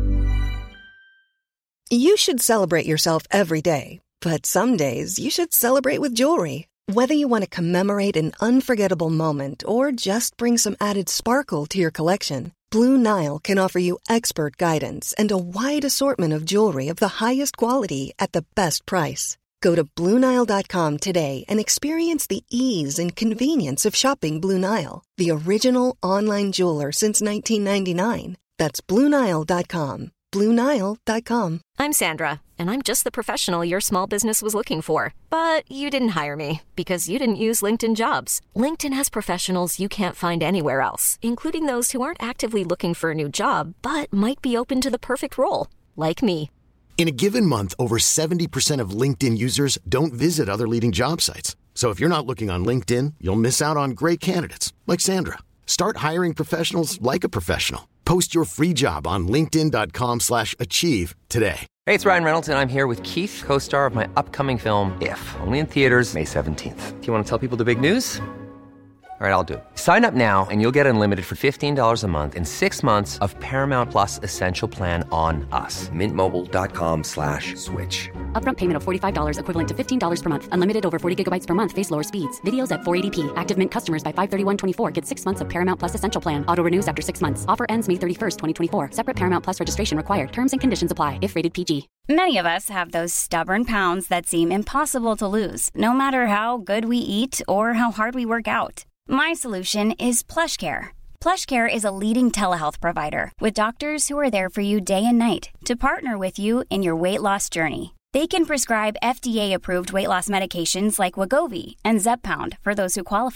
You should celebrate yourself every day, but some days you should celebrate with jewelry. Whether you want to commemorate an unforgettable moment or just bring some added sparkle to your collection, Blue Nile can offer you expert guidance and a wide assortment of jewelry of the highest quality at the best price. Go to BlueNile.com today and experience the ease and convenience of shopping Blue Nile, the original online jeweler since 1999. That's BlueNile.com. BlueNile.com. I'm Sandra, and I'm just the professional your small business was looking for. But you didn't hire me because you didn't use LinkedIn Jobs. LinkedIn has professionals you can't find anywhere else, including those who aren't actively looking for a new job, but might be open to the perfect role, like me. In a given month, over 70% of LinkedIn users don't visit other leading job sites. So if you're not looking on LinkedIn, you'll miss out on great candidates like Sandra. Start hiring professionals like a professional. Post your free job on linkedin.com/achieve today. Hey, it's Ryan Reynolds, and I'm here with Keith, co-star of my upcoming film, If, only in theaters May 17th. Do you want to tell people the big news? All right, I'll do it. Sign up now and you'll get unlimited for $15 a month and 6 months of Paramount Plus Essential Plan on us. MintMobile.com/switch. Upfront payment of $45 equivalent to $15 per month. Unlimited over 40 gigabytes per month. Face lower speeds. Videos at 480p. Active Mint customers by 531.24 get 6 months of Paramount Plus Essential Plan. Auto renews after 6 months. Offer ends May 31st, 2024. Separate Paramount Plus registration required. Terms and conditions apply if rated PG. Many of us have those stubborn pounds that seem impossible to lose, no matter how good we eat or how hard we work out. My solution is PlushCare. PlushCare is a leading telehealth provider with doctors who are there for you day and night to partner with you in your weight loss journey. They can prescribe FDA-approved weight loss medications like Wegovy and Zepbound for those who qualify.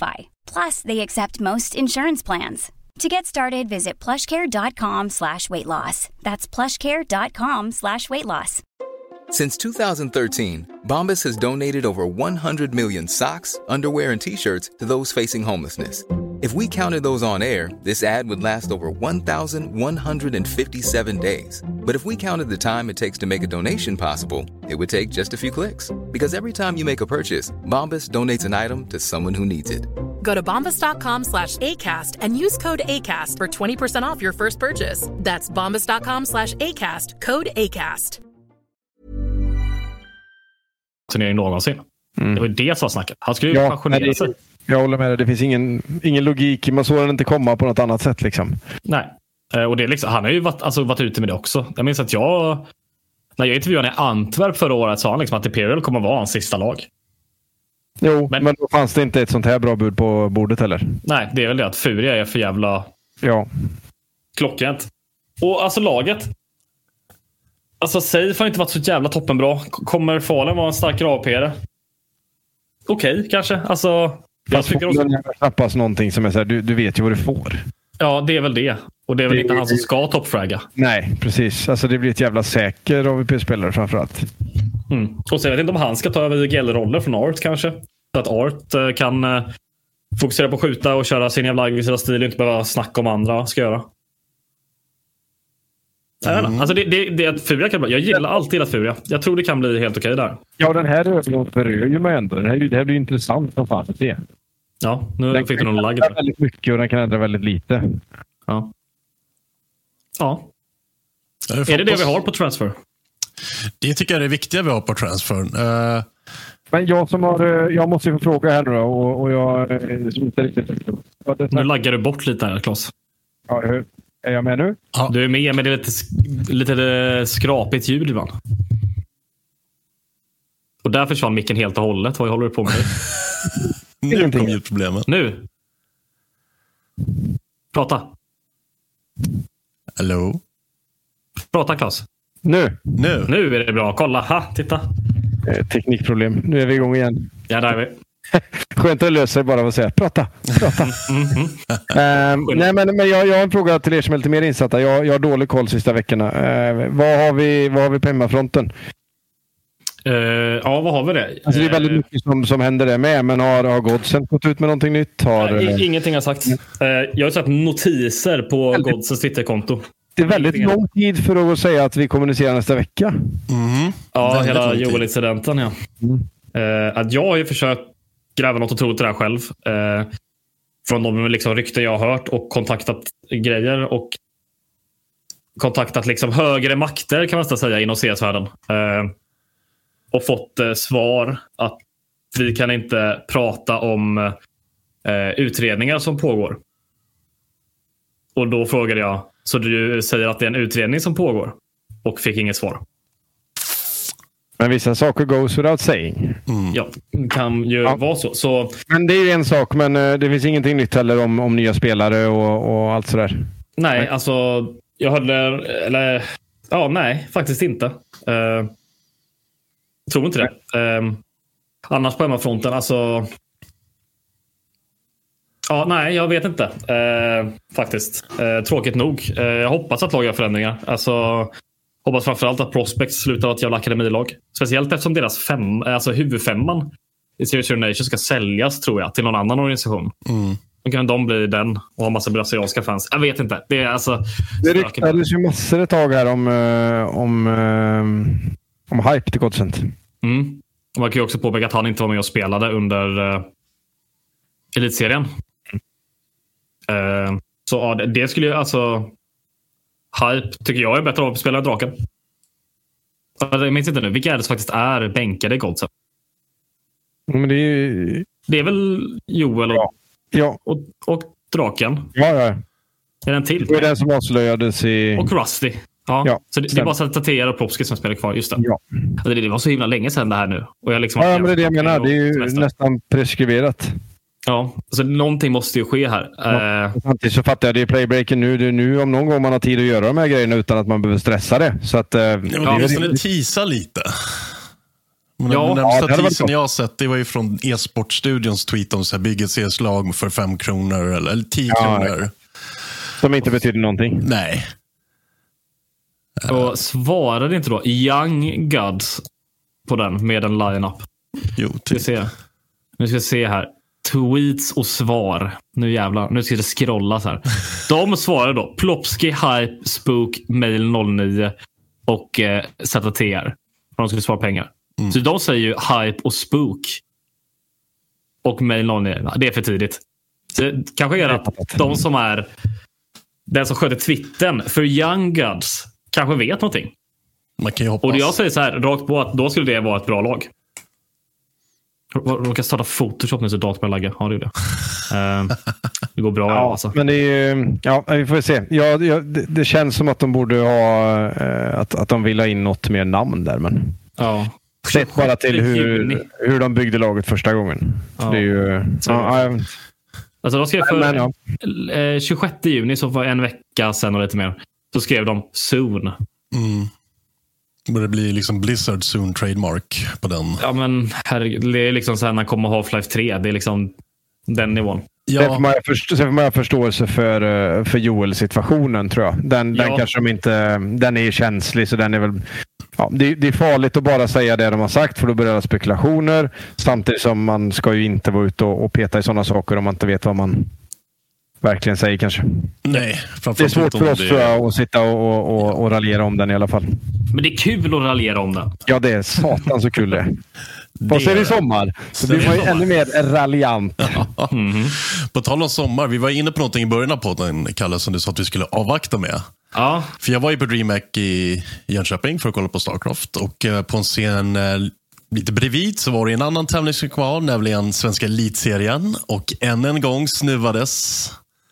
Plus, they accept most insurance plans. To get started, visit plushcare.com/weightloss. That's plushcare.com/weightloss. Since 2013, Bombas has donated over 100 million socks, underwear, and T-shirts to those facing homelessness. If we counted those on air, this ad would last over 1,157 days. But if we counted the time it takes to make a donation possible, it would take just a few clicks. Because every time you make a purchase, Bombas donates an item to someone who needs it. Go to bombas.com/ACAST and use code ACAST for 20% off your first purchase. That's bombas.com/ACAST, code ACAST. Turnering någonsin. Det var det som var snacket. Han skulle ju pensionera sig. Jag håller med dig. Det finns ingen logik. Man såg den inte komma på något annat sätt liksom. Nej. Och det är liksom, han har ju varit ute med det också. Jag minns att när jag intervjuade i Antwerp förra året sa han liksom att Imperial kommer att vara hans sista lag. Jo, men då fanns det inte ett sånt här bra bud på bordet heller. Nej, det är väl det att Furia är för jävla klockrent. Och alltså laget. Alltså Seif har inte varit så jävla toppenbra. Kommer Fallen vara en starkare AP-are? Okej, kanske. Alltså, jag tycker också... Det är knappast någonting som är så här, du vet ju vad du får. Ja, det är väl det. Och det är väl inte han som ska toppfragga. Nej, precis. Alltså det blir ett jävla säker AVP-spelare framförallt. Och så jag vet inte om han ska ta över GL-roller från Art kanske. Så att Art kan fokusera på att skjuta och köra sin jävla aggressiva stil och inte behöva snacka om andra ska göra. Alltså det att Furia kan bli. Jag gillar alltid att Furia. Jag tror det kan bli helt okej där. Ja, den här berör ju mig ändå. Det här blir intressant som fan att se. Ja, nu den fick du någon lagg. Den kan väldigt mycket och den kan ändra väldigt lite. Ja. Är det vi har på transfer? Det tycker jag är det viktiga vi har på transfer. Men jag måste ju få fråga här nu då, och jag inte riktigt. Nu laggar du bort lite här, Claes. Ja, är jag med nu? Ja. Du är med, men det är lite skrapigt ljud ibland. Och där försvann micken helt och hållet. Vad håller du på med? Nu kom ljudproblemet. Nu. Prata. Hallå? Prata, Claes. Nu är det bra. Kolla, titta. Teknikproblem. Nu är vi igång igen. Ja, där är vi. Skönt att lösa sig bara av att säga prata. Nej, men jag har en fråga till er som är lite mer insatta. Jag har dålig koll sista veckorna. Vad har vi på hemmafronten? Vad har vi det? Alltså det är väldigt mycket som händer där med. Men har Godsent gått ut med någonting nytt? Ingenting har sagt. Jag har sett notiser på Godsens Twitterkonto. Det är väldigt lång tid för att säga att vi kommunicerar nästa vecka. Ja, hela Joel-incidenten, ja. Att jag har ju försökt gräva något otroligt där själv. Från de liksom rykten jag har hört och kontaktat grejer och kontaktat liksom högre makter kan man nästan säga inom CS-världen. Och fått svar att vi kan inte prata om utredningar som pågår. Och då frågade jag, så du säger att det är en utredning som pågår? Och fick inget svar. Men vissa saker goes without saying. Ja, kan ju vara så. Men det är ju en sak, men det finns ingenting nytt heller om nya spelare och allt sådär. Nej, alltså jag hörde, nej, faktiskt inte. Tror inte det. Annars på hemmafronten, alltså... Ja, nej, jag vet inte. Faktiskt. Tråkigt nog. Jag hoppas att lag gör förändringar. Alltså, hoppas framförallt att Prospects slutar att jävla akademilag. Speciellt eftersom deras huvudfemman i Series of Nation ska säljas, tror jag, till någon annan organisation. Då kan de bli den och ha massa brasilianska fans. Jag vet inte. Det är alltså... Det ryktades ju massor ett tag här om hype till Godsent. Man kan ju också påpeka att han inte var med och spelade under elitserien. Så ja, det skulle ju alltså... Hype tycker jag är bättre av att spela Draken. Jag minns inte nu. Vilka är det som faktiskt är bänkade i Godsent? Men det är väl Joel och Draken. Ja. Är den till? Det är den som avslöjades i... Och Rusty. Ja. Så det är bara så att Tatea och Propsky som spelar kvar. Just det. Ja. Alltså det var så himla länge sedan det här nu. Och jag liksom men det är det jag menar. Det är ju nästan preskriberat. Ja, alltså någonting måste ju ske här. Samtidigt så fattar jag, det är playbreaken nu. Det är nu om någon gång man har tid att göra de här grejerna utan att man behöver stressa det. Så att... det teasa lite. Men den närmsta teasern jag har sett, det var ju från e-sportstudions tweet om så här, bygger CS-lag för 5 kronor eller 10 kronor. Som inte betyder någonting. Nej. Och svarade inte då Young Gods på den med en line-up? Jo, Nu ska vi se här. Tweets och svar. Nu jävlar, nu ska det scrollas här. De svarade då Plopski, Hype, Spook, Mail 09 och ZTR. De skulle svara pengar. Så de säger ju Hype och Spook och Mail 09. Det är för tidigt. Så det kanske är att de som är den som sköter Twittern för Young Gods kanske vet någonting. Man kan ju hoppas. Och jag säger så här rakt på att då skulle det vara ett bra lag. De kan starta Photoshop nu så datorn lagga. Ja, det är det. Det går bra. Ja, alltså. Men det är vi får se. Det känns som att de borde ha att de vill ha in något mer namn där, men sett bara till hur de byggde laget första gången. Ja. Det är ju alltså de skrev för 26 juni, så var en vecka sedan och lite mer, så skrev de soon. Det blir liksom Blizzard soon trademark på den. Ja, men det är liksom så här när kommer Half-Life 3. Det är liksom den nivån. Ja. Sen får man ha förståelse för Joel-situationen, tror jag. Den kanske de inte... Den är känslig, så den är väl... Ja, det är farligt att bara säga det de har sagt, för då börjar det spekulationer. Samtidigt som man ska ju inte vara ute och peta i sådana saker om man inte vet vad man verkligen säger kanske. Nej, det är svårt för oss tror jag, att sitta och raljera om den i alla fall. Men det är kul att raljera om den. Ja, det är satan så kul det. Och så är det sommar. Så blir man ju ännu mer raljant. På tal om sommar, vi var inne på någonting i början av podden, Kalle, som du sa att vi skulle avvakta med. Ja. För jag var ju på DreamHack i Jönköping för att kolla på StarCraft. Och på en scen lite bredvid så var det en annan tävling som kvar, nämligen Svenska Elitserien. Och än en gång snuvades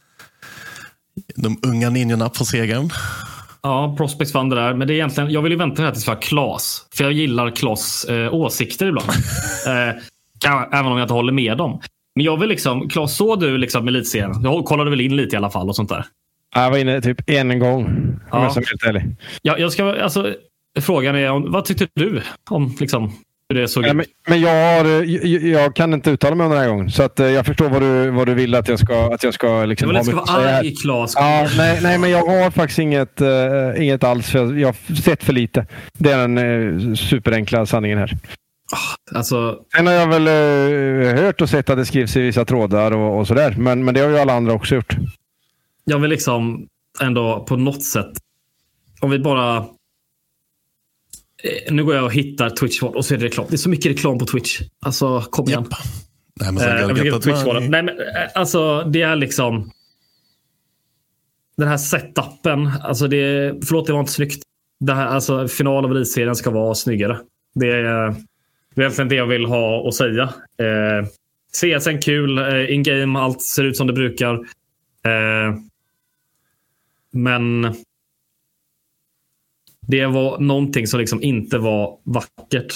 de unga ninjorna på segern. Ja, Prospects vann det där. Men det är egentligen, jag vill ju vänta här tills vi har Klas. För jag gillar Klas åsikter ibland. Även om jag inte håller med dem. Men jag vill liksom, Klas, såg du liksom Elitserien? Jag kollade väl in lite i alla fall och sånt där. Jag var inne typ en gång. Om jag är helt ärlig. Ja, jag ska, alltså, frågan är, vad tyckte du om liksom hur det såg ut? Men jag kan inte uttala mig om den här gången. Så att jag förstår vad du vill att jag ska liksom... Jag vill inte vara arg, Klas. Ja, nej, men jag har faktiskt inget alls. För jag har sett för lite. Det är den superenkla sanningen här. Alltså... Sen har jag väl hört och sett att det skrivs i vissa trådar och sådär. Men det har ju alla andra också gjort. Jag vill liksom ändå på något sätt, om vi bara... Nu går jag och hittar Twitch och så är det reklam. Det är så mycket reklam på Twitch. Alltså, kom igen. Nej, men alltså, det är liksom den här setupen. Alltså förlåt, det var inte snyggt. Det här, alltså, final av elitserien ska vara snyggare. Det är egentligen det jag vill ha och säga. CSN kul, in-game, allt ser ut som det brukar. Men det var någonting som liksom inte var vackert.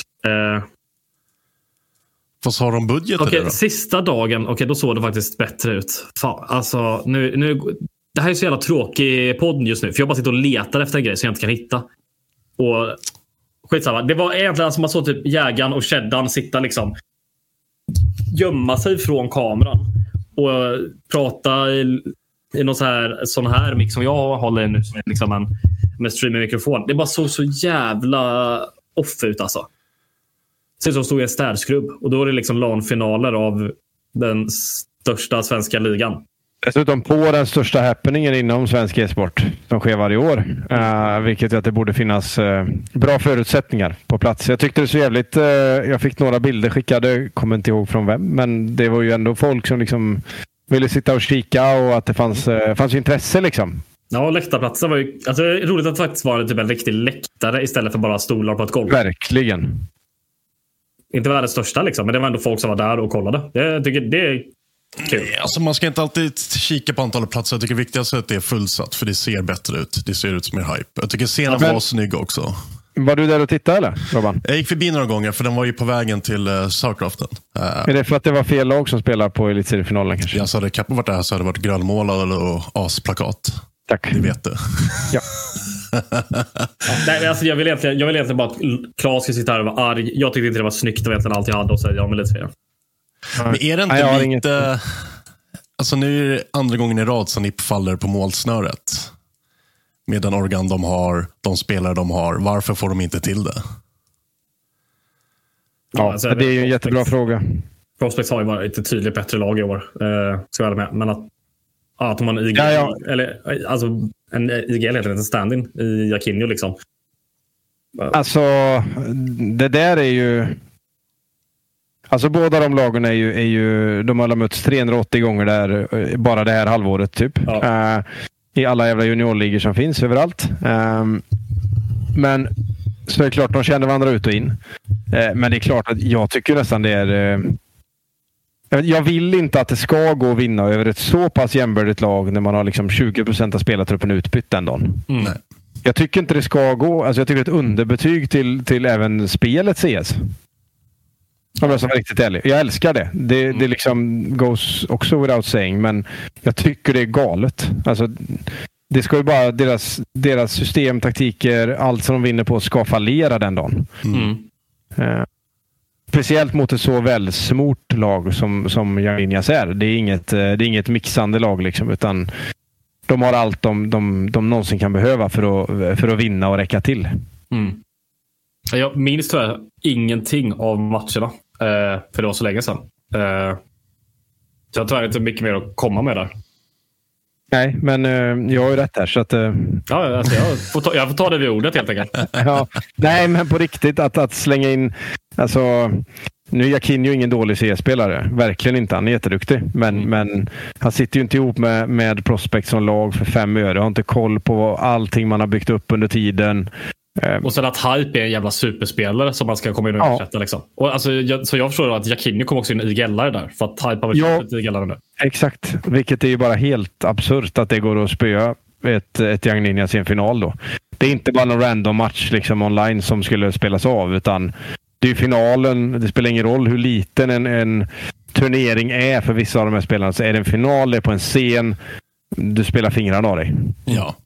Vad sa de budgeten? Okej, sista dagen, då såg det faktiskt bättre ut. Fan, alltså, nu, det här är så jävla tråkig podd just nu. För jag bara sitter och letar efter en grej som jag inte kan hitta. Och skitsamma. Det var egentligen som man såg typ jägaren och keddan sitta liksom gömma sig från kameran och prata i någon sån här mix som jag håller i nu, som är liksom med streaming-mikrofon. Det bara såg så jävla off ut alltså. Ser ut som stod i en städskrubb. Och då är det liksom LAN-finaler av den största svenska ligan. Dessutom på den största happeningen inom svensk e-sport som sker varje år. Vilket är att det borde finnas bra förutsättningar på plats. Jag tyckte det så jävligt... jag fick några bilder skickade, kommer inte ihåg från vem. Men det var ju ändå folk som liksom ville sitta och kika och att det fanns intresse liksom. Ja, läktarplatsen var ju... Alltså, det är roligt att det faktiskt var typ en riktig läktare istället för bara stolar på ett golv. Verkligen. Inte världens största liksom, men det var ändå folk som var där och kollade. Jag tycker det är kul. Alltså, man ska inte alltid kika på antalet platser. Jag tycker det viktigaste är att det är fullsatt, för det ser bättre ut. Det ser ut som mer hype. Jag tycker scenen var snygg också. Var du där och tittade eller, Robban? Jag gick förbi några gånger, för den var ju på vägen till StarCraften. Är det för att det var fel lag som spelar på elitseriefinalen kanske? Ja, så hade Kappa varit där så hade det varit grönmålad och asplakat. Tack. Ni vet det. Ja. Nej, alltså jag vill egentligen bara att Claes ska sitta här och vara arg. Jag tyckte inte det var snyggt av egentligen allt jag hade och säga om Elitserien. Men är det inte lite... Alltså nu är det andra gången i rad som NIP faller på målsnöret. Med den organ de har, de spelare de har. Varför får de inte till det? Ja, alltså, det är ju en jättebra fråga. Prospects har ju varit ett tydligt bättre lag i år. Ska jag med. Men att de har en IG... Eller, alltså, en IG heter en stand-in i Jakinho liksom. Alltså, det där är ju... Alltså båda de lagen är ju de har mötts 380 gånger där bara det här halvåret typ. Ja. I alla jävla juniorligor som finns överallt. Men så är det klart de känner varandra ut och in. Men det är klart att jag tycker nästan det är... Jag vill inte att det ska gå att vinna över ett så pass jämbördigt lag när man har liksom 20% av spelartruppen utbytt den dagen. Mm. Jag tycker inte det ska gå. Alltså jag tycker ett underbetyg till även spelet CS. Om jag ska vara riktigt ärlig. Jag älskar det. Det liksom goes också without saying. Men jag tycker det är galet. Alltså, det ska ju bara deras system, taktiker, allt som de vinner på ska fallera den dagen. Speciellt mot ett så välsmort lag som Jaginjas är. Det är inget mixande lag liksom, utan de har allt de någonsin kan behöva för att vinna och räcka till. Mm. Jag minns tyvärr ingenting av matcherna. För det var så länge sedan. Så jag har tyvärr inte mycket mer att komma med där. Nej, men jag har ju rätt här. Så att, ja, alltså jag får ta det vid ordet helt enkelt. Ja, nej, men på riktigt att slänga in... Alltså, nu är Jakinho ingen dålig CS-spelare. Verkligen inte. Han är jätteduktig. Men han sitter ju inte ihop med Prospect som lag för 5 öre. Har inte koll på allting man har byggt upp under tiden. Och sen att Hype är en jävla superspelare som man ska komma in och ersätta. Liksom. Och alltså, så jag förstår att Jakinho kommer också in i IGL-are där. För att Hype har väl köpt IGL-are nu. Exakt. Vilket är ju bara helt absurt att det går att spöa ett Young Ninjas i en final då. Det är inte bara någon random match liksom online som skulle spelas av, utan det är ju finalen. Det spelar ingen roll hur liten en turnering är för vissa av de här spelarna. Så är det en final, det är på en scen, du spelar fingrarna av dig. Ja.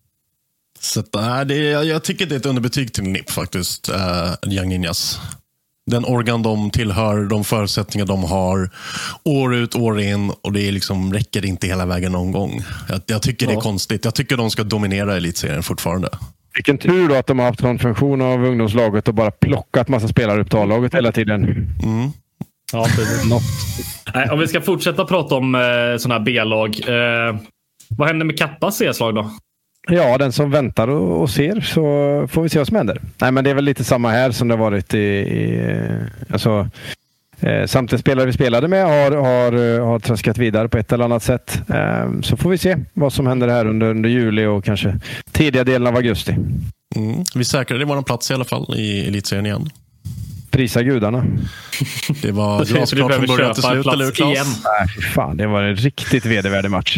Så jag tycker det är ett underbetyg till NIP faktiskt, Young Ninjas. Den organ de tillhör, de förutsättningar de har, år ut, år in, och det är liksom, räcker inte hela vägen någon gång. Jag tycker det är konstigt. Jag tycker de ska dominera elitserien fortfarande. Vilken tur då att de har haft någon funktion av ungdomslaget och bara plockat massa spelare upp till A-laget hela tiden. Mm. Ja, om vi ska fortsätta prata om sådana här B-lag. Vad händer med Kappas CS-lag då? Ja, den som väntar och ser, så får vi se vad som händer. Nej, men det är väl lite samma här som det har varit alltså, samtliga spelare vi spelade med har traskat vidare på ett eller annat sätt. Så får vi se vad som händer här under juli och kanske tidiga delen av augusti. Vi säkrade vår plats i alla fall i elitserien igen. Prisa gudarna. Det var glasklart från början till slut, eller hur, Claes? Nej, fan, det var en riktigt vedervärdig match.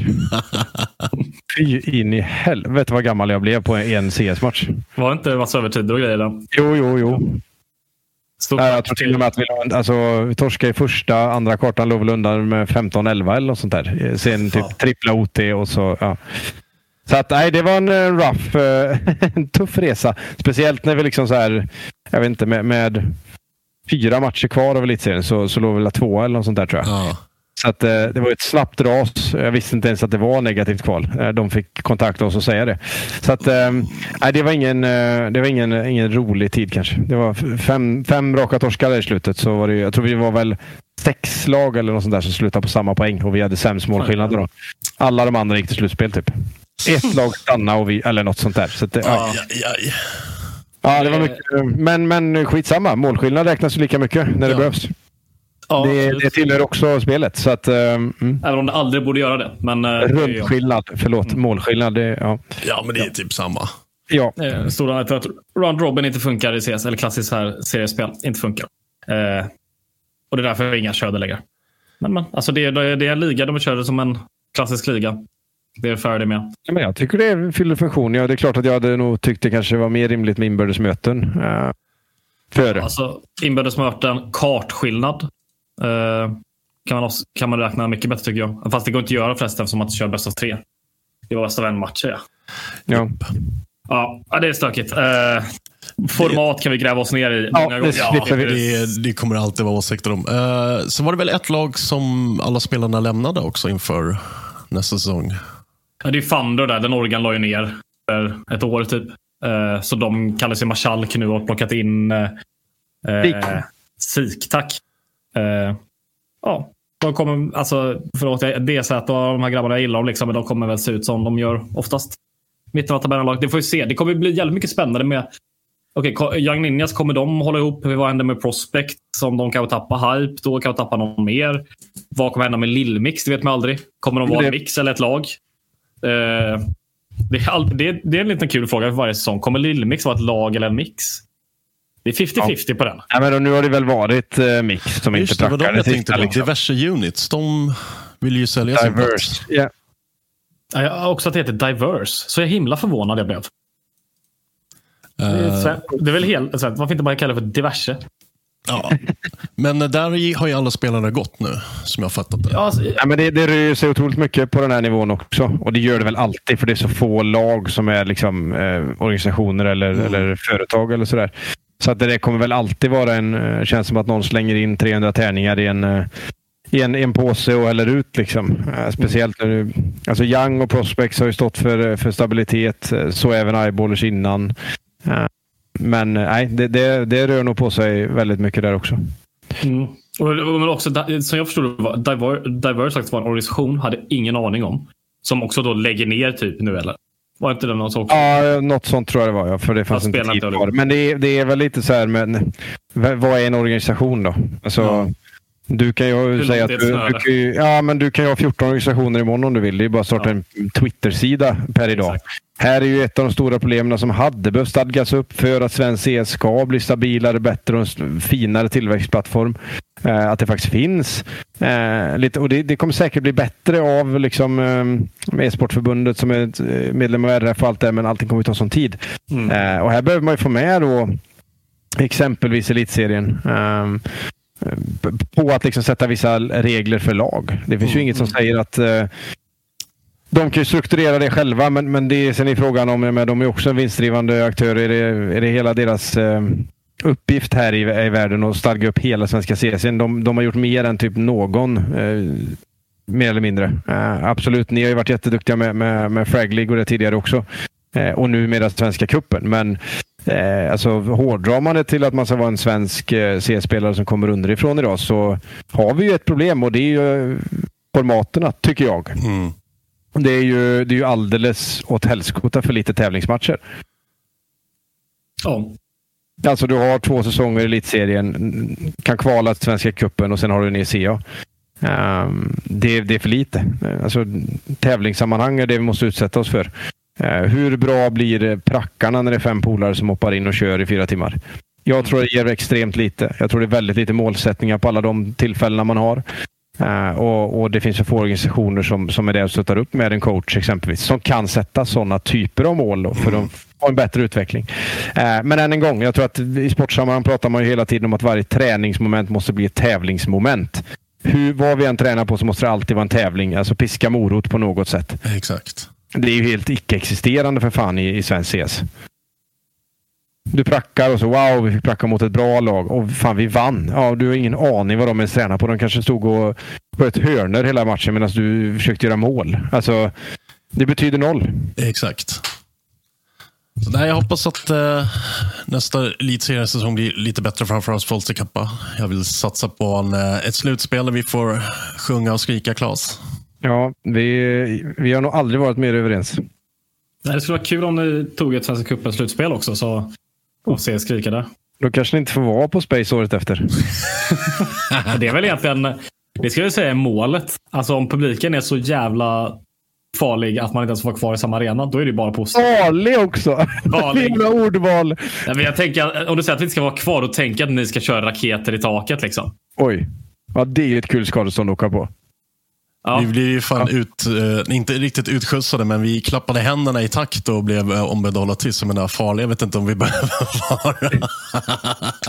Fy in i helvete vad gammal jag blev på en CS-match. Var det inte massa övertider och grejer då? Jo. Jag tror till och med att vi torskade i första, andra kartan låg väl undan med 15-11 eller något sånt där. Sen typ trippla OT och så, ja. Så att nej, det var en rough, en tuff resa. Speciellt när vi liksom så här, jag vet inte, med 4 matcher kvar av elitserien så låg väl 2 eller något sånt där, tror jag. Ja. Så att det var ett snabbt ras. Jag visste inte ens att det var negativt kval. De fick kontakta oss och säga det. Så att nej, det var ingen rolig tid kanske. Det var 5 raka torskar i slutet, så var det, jag tror vi var väl 6 lag eller något sånt där som slutade på samma poäng, och vi hade sämst målskillnader då. Alla de andra gick till slutspel typ. Ett lag stanna och vi, eller något sånt där. Så att ja, det var mycket. Men skitsamma. Målskillnad räknas ju lika mycket när det behövs. Ja, det tillhör också spelet. Så att, även om det aldrig borde göra det. Men, rundskillnad, förlåt. Målskillnad. Ja, men det är typ samma. Ja. Stora för att Round Robin inte funkar i CS, eller klassiskt här seriespel inte funkar. Och det är därför inga kör det längre. Men alltså det är en liga, de kör det som en klassisk liga. Det är färdigt med. Ja, men jag tycker det fyller funktion. Ja, det är klart att jag hade nog tyckt det kanske var mer rimligt med inbördesmöten. Alltså inbördesmöten, kartskillnad. Kan man räkna mycket bättre, tycker jag. Fast det går inte att göra förresten, som att köra bäst av 3. Det var bäst av en match, ja. Ja, det är stökigt. Format kan vi gräva oss ner i många gånger. Det kommer alltid vara åsikter om. Så var det väl ett lag som alla spelarna lämnade också inför nästa säsong? Ja, det är Thunder där. Den Oregon la ju ner för ett år typ. Så de kallar sig Marschalk nu och har plockat in Sik, tack. Ja, de kommer, alltså, förlåt, det är så att de här grabbarna gillar dem liksom, men de kommer väl se ut som de gör oftast. Mitten av tabellenlag. Det får vi se. Det kommer bli jävligt mycket spännande med Young Ninjas, kommer de hålla ihop? Vad händer med Prospect? Som de kan tappa hype, då kan de tappa någon mer. Vad kommer hända med Lillmix? Det vet man aldrig. Kommer de vara en mix eller ett lag? Det är en liten kul fråga för varje säsong. Kommer Lillmix vara ett lag eller en mix? Det är 50-50 på den. Ja, men nu har det väl varit mix som just inte trackar det sista. Liksom. Diverse units, de vill ju sälja sin plats. Yeah. Ja, jag har också att det heter Diverse. Så jag himla förvånad jag blev. Det är väl helt... Varför inte bara kalla det för diverse? Ja, men där har ju alla spelare gått nu, som jag har fattat det. Ja, men det rör sig otroligt mycket på den här nivån också. Och det gör det väl alltid, för det är så få lag som är liksom, organisationer eller företag eller sådär. Så att det kommer väl alltid vara känns som att någon slänger in 300 tärningar i en påse och häller ut liksom. Speciellt nu, alltså Young och Prospects har ju stått för stabilitet, så även Eyeballers innan. Men nej, det rör nog på sig väldigt mycket där också. Men också, som jag förstod det, Diverse faktiskt var en organisation, hade ingen aning om, som också då lägger ner typ nu, eller? Var inte det något sånt? Ja, något sånt tror jag det var, ja, för det fanns inte tid kvar. Men det är väl lite så här, men vad är en organisation då? Alltså, du kan ju säga att du kan ju ha 14 organisationer imorgon om du vill. Det är bara att starta en Twitter-sida per idag. Exakt. Här är ju ett av de stora problemen som hade behövt stadgas upp för att svensk CS ska bli stabilare, bättre och en finare tillväxtplattform. Att det faktiskt finns. Och det kommer säkert bli bättre av liksom, med e-sportförbundet som är medlem av RF och allt det, men allting kommer att ta sån tid. Och här behöver man ju få med då exempelvis elitserien på att liksom sätta vissa regler för lag. Det finns ju inget som säger att de kan ju strukturera det själva, men det är sen i frågan om de är också en vinstdrivande aktör. Är det hela deras uppgift här i världen att stadga upp hela svenska CS:n? De har gjort mer än typ någon, mer eller mindre. Absolut, ni har ju varit jätteduktiga med Frag League och det tidigare också. Och nu med Svenska cupen, men alltså hårdrar man det till att man ska vara en svensk CS-spelare som kommer underifrån idag, så har vi ju ett problem, och det är ju formaterna, tycker jag. Det är ju alldeles åt helskota för lite tävlingsmatcher. Alltså du har 2 säsonger i elitserien, kan kvala till Svenska cupen och sen har du en ECA. Det är för lite. Alltså tävlingssammanhang är det vi måste utsätta oss för. Hur bra blir prackarna när det är 5 polare som hoppar in och kör i 4 timmar? Jag tror det ger extremt lite. Jag tror det är väldigt lite målsättningar på alla de tillfällena man har. Och det finns för få organisationer som är där och stöttar upp med en coach exempelvis, som kan sätta sådana typer av mål då, för att få en bättre utveckling. Men än en gång, jag tror att i sportsammanhang pratar man ju hela tiden om att varje träningsmoment måste bli ett tävlingsmoment. Vad vi än tränar på så måste det alltid vara en tävling, alltså piska morot på något sätt. Exakt. Det är ju helt icke-existerande för fan i svensk CS. Du prackar och så, wow, vi fick pracka mot ett bra lag. Och fan, vi vann. Ja, du har ingen aning vad de ens tränar på. De kanske stod och sköt hörner hela matchen medan du försökte göra mål. Alltså, det betyder 0. Exakt. Så nej, jag hoppas att nästa elitseriesäsong blir lite bättre framför oss Folster Kappa. Jag vill satsa på ett slutspel där vi får sjunga och skrika Klas. Ja, vi har nog aldrig varit mer överens. Nej, det skulle vara kul om ni tog ett Svenska cupen slutspel också, så och se skrika där. Då kanske ni inte får vara på Space året efter. Det är väl egentligen, det ska jag säga, målet. Alltså om publiken är så jävla farlig att man inte ens får vara kvar i samma arena, då är det bara positivt. Farlig också! Jävla ordval! Ja, men jag tänker, om du säger att vi inte ska vara kvar, då tänker jag att ni ska köra raketer i taket liksom. Oj, ja, det är ju ett kul skadestånd att åka på. Ja. Vi blev ju fan inte riktigt utskjutsade, men vi klappade händerna i takt och blev ombedda hålla till som en farlig. Jag vet inte om vi behöver vara.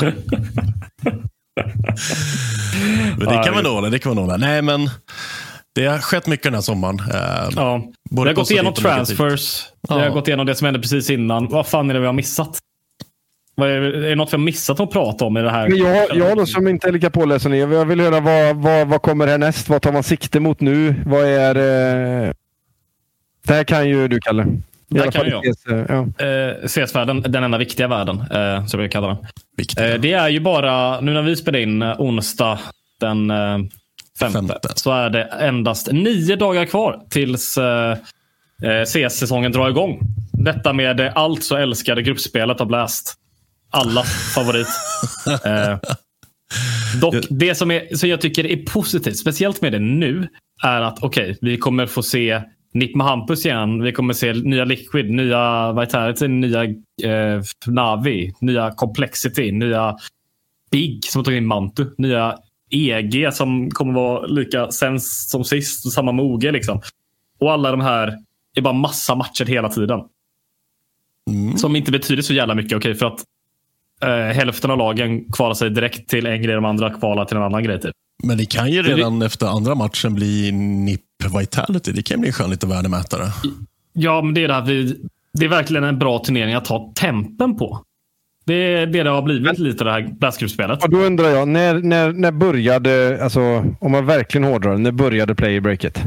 Men det kan man ordna, Nej, men Det har skett mycket den här sommaren. Ja. Vi har gått igenom transfers. Vi har gått igenom det som hände precis innan. Vad fan är det vi har missat? Är det något vi har missat att prata om i det här? Jag då som inte är lika påläsande. Jag vill höra vad kommer härnäst? Vad tar man sikte mot nu? Vad är... Det här kan ju du, Kalle. Det här kan jag. CS-världen, den enda viktiga världen, som jag kallar den. Det är ju bara, nu när vi spelar in onsdag den 5, så är det endast 9 dagar kvar tills CS-säsongen drar igång. Detta med allt så älskade gruppspelet av Blast. Alla favorit. Dock, det som jag tycker är positivt, speciellt med det nu, är att vi kommer få se Nick med Hampus igen. Vi kommer se nya Liquid, nya Vitality, nya Navi, nya Complexity, nya Big som har tagit in Mantu, nya EG som kommer vara lika sens som sist, och samma med OG liksom. Och alla de här är bara massa matcher hela tiden. Som inte betyder så jävla mycket, för att hälften av lagen kvalar sig direkt till en grej, de andra kvalar till en annan grej typ. Men det kan ju redan efter andra matchen bli NIP Vitality. Det kan bli en skön lite värdemätare. Ja, men det är det är verkligen en bra turnering att ta tempen på. Det är det har blivit lite det här Blast-gruppspelet. Och då undrar jag, när började, alltså om man verkligen hårdrar, när började playerbreaket?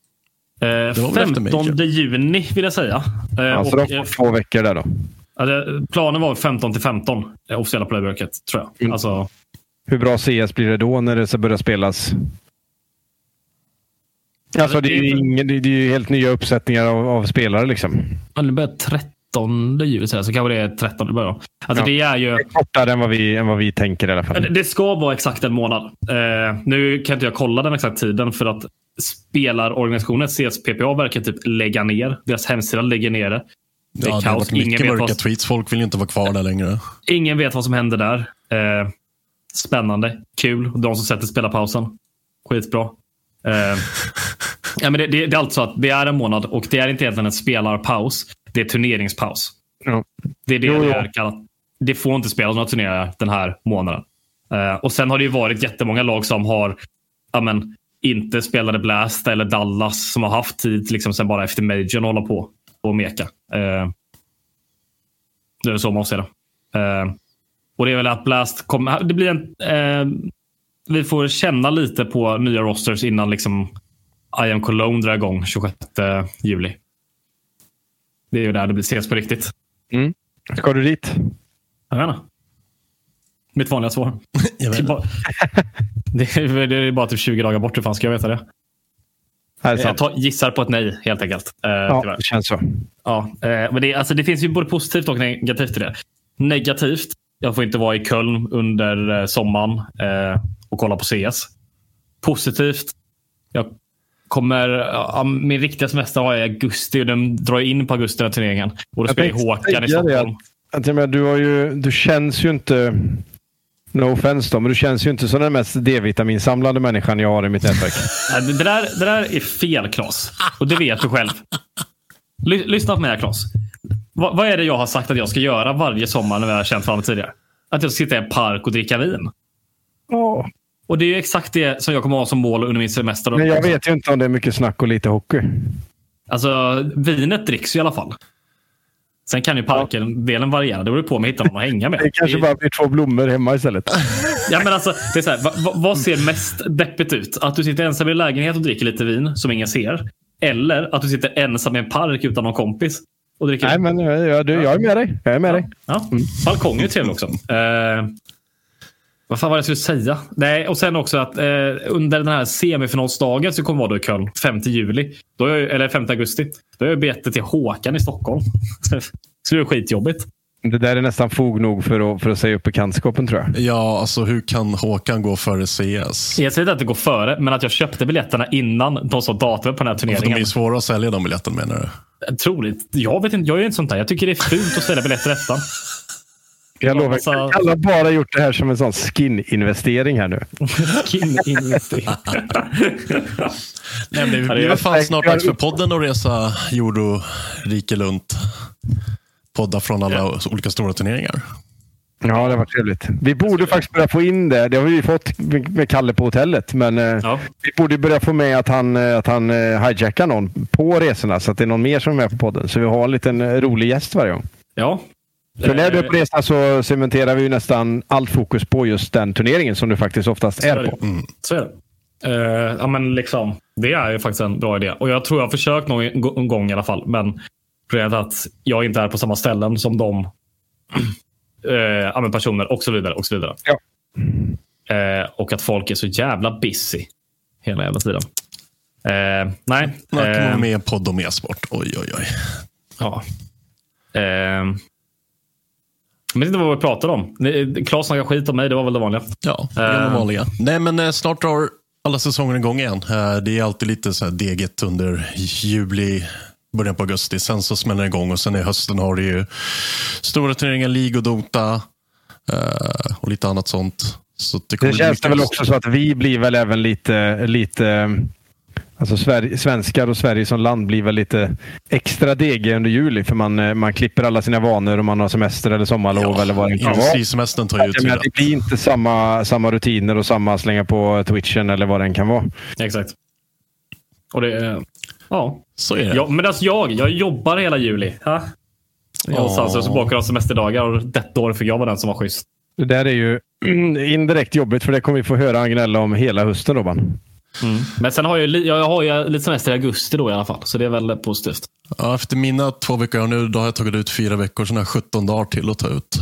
15 juni vill jag säga. Alltså och, de 2 veckor där då? Planen var 15-15 officiella playerbreaket, tror jag. Alltså, hur bra CS blir det då när det ska börja spelas? Alltså det är ju helt nya uppsättningar av spelare liksom. Det börjar 13 juli så kanske det är 13 börjar. Alltså det är ju kortare än vad vi tänker i alla fall. Det ska vara exakt en månad. Nu kan inte jag kolla den exakt tiden för att spelarorganisationen CSPPA verkar typ lägga ner. Deras hemsida lägger ner det. Det har varit mycket mörka tweets. Folk vill ju inte vara kvar där längre. Ingen vet vad som händer där. Spännande. Kul. De som sätter spelarpausen. Skitbra. Men det är alltså att det är en månad och det är inte egentligen en spelarpaus. Det är turneringspaus. Ja. Det är det är kallat. Det får inte spelas några turneringar den här månaden. Och sen har det ju varit jättemånga lag som har inte spelade Blast eller Dallas som har haft tid liksom sen bara efter Major att hålla på och meka. Det är så man ser det. Och det är väl att Blast kommer... Det blir vi får känna lite på nya rosters innan liksom I Am Cologne drar igång 26 juli. Det är ju där det blir ses på riktigt. Ska du dit? Jag vet inte. Mitt vanliga svar. Det är bara typ 20 dagar bort. Hur fan ska jag veta det? Jag gissar på ett nej, helt enkelt. Ja, det känns så. Ja, men det finns ju både positivt och negativt i det. Negativt, jag får inte vara i Köln under sommaren och kolla på CS. Positivt, jag kommer... min riktiga semester har jag i augusti och den drar in på augusti den turneringen. Och då spelar jag Håkan i Stockholm. Du känns ju inte... No offense då, men du känns ju inte som den mest D-vitaminsamlade människan jag har i mitt nätverk. Det där är fel, Claes. Och det vet du själv. Lyssna på mig, Claes. Vad är det jag har sagt att jag ska göra varje sommar när vi har känt varandra tidigare? Att jag ska sitta i en park och dricka vin. Och det är ju exakt det som jag kommer ha som mål under min semester. Men jag vet ju inte om det är mycket snack och lite hockey. Alltså, vinet dricks i alla fall. Sen kan ju parken-delen variera. Det beror på om jag hittar någon att hänga med. Det kanske bara blir 2 blommor hemma istället. Ja, men alltså, det är så här, vad ser mest deppigt ut? Att du sitter ensam i en lägenhet och dricker lite vin som ingen ser? Eller att du sitter ensam i en park utan någon kompis och dricker vin? Nej, men jag är med dig. Jag är med dig. Ja. Balkong är ju trevligt också. Vad fan var det jag skulle säga? Nej, och sen också att under den här semifinalsdagen så kommer vara då i Köln 5 juli. Eller 5 augusti. Då är jag bete till Håkan i Stockholm. Så det är skitjobbigt. Det där är nästan fog nog för att säga upp bekantskapen, tror jag. Ja, alltså hur kan Håkan gå före CS? Jag säger att det går före, men att jag köpte biljetterna innan de sa datum på den här turneringen. De är svåra att sälja de biljetterna, menar du? Troligt. Jag vet inte, jag är inte sånt där. Jag tycker det är fult att sälja biljetter ettan. Jag lovar, alla har bara gjort det här som en sån skin-investering här nu. Skin-investering. Det blir fan snart dags för podden att resa jord och rike runt. Podda från alla olika stora turneringar. Ja, det var trevligt. Vi borde faktiskt börja få in det. Det har vi fått med Kalle på hotellet. Men vi borde börja få med att han hijackar någon på resorna. Så att det är någon mer som är med på podden. Så vi har en liten rolig gäst varje gång. Ja. För när du är på resan så cementerar vi ju nästan allt fokus på just den turneringen som du faktiskt oftast är på. Så är det. Ja, men liksom, det är ju faktiskt en bra idé. Och jag tror jag har försökt någon gång i alla fall. Men problemet är att jag inte är på samma ställen som de personer och så vidare. Och så vidare. Ja. Och att folk är så jävla busy hela jävla tiden. Nej. Man kommer med en podd om e-sport. Oj. Ja. Jag vet inte vad vi pratar om. Claes snackar skit om mig, det var väl det vanliga. Ja, det är det vanliga. Nej, men snart drar alla säsonger igång igen. Det är alltid lite så här deget under juli, början på augusti. Sen så smäller det igång och sen i hösten har det ju stora turneringar, League och Dota och lite annat sånt. Så det känns det väl också så att vi blir väl även lite alltså svenskar och Sverige som land blir väl lite extra dege under juli för man klipper alla sina vanor och man har semester eller sommarlov eller vad det kan vara. Semestern tar ju ut. Det blir inte samma rutiner och samma slänga på Twitchen eller vad den kan vara. Exakt. Och det är... Ja. Så är det. Ja, men alltså jag jobbar hela juli. Någonstans så bakar av semesterdagar och detta år fick jag vara den som var schysst. Det där är ju indirekt jobbigt för det kommer vi få höra Agnella om hela hösten då, man. Men sen har jag har lite semester i augusti då i alla fall. Så det är väl positivt. Ja, efter mina 2 veckor nu, då har jag tagit ut 4 veckor. Så 17 dagar till att ta ut.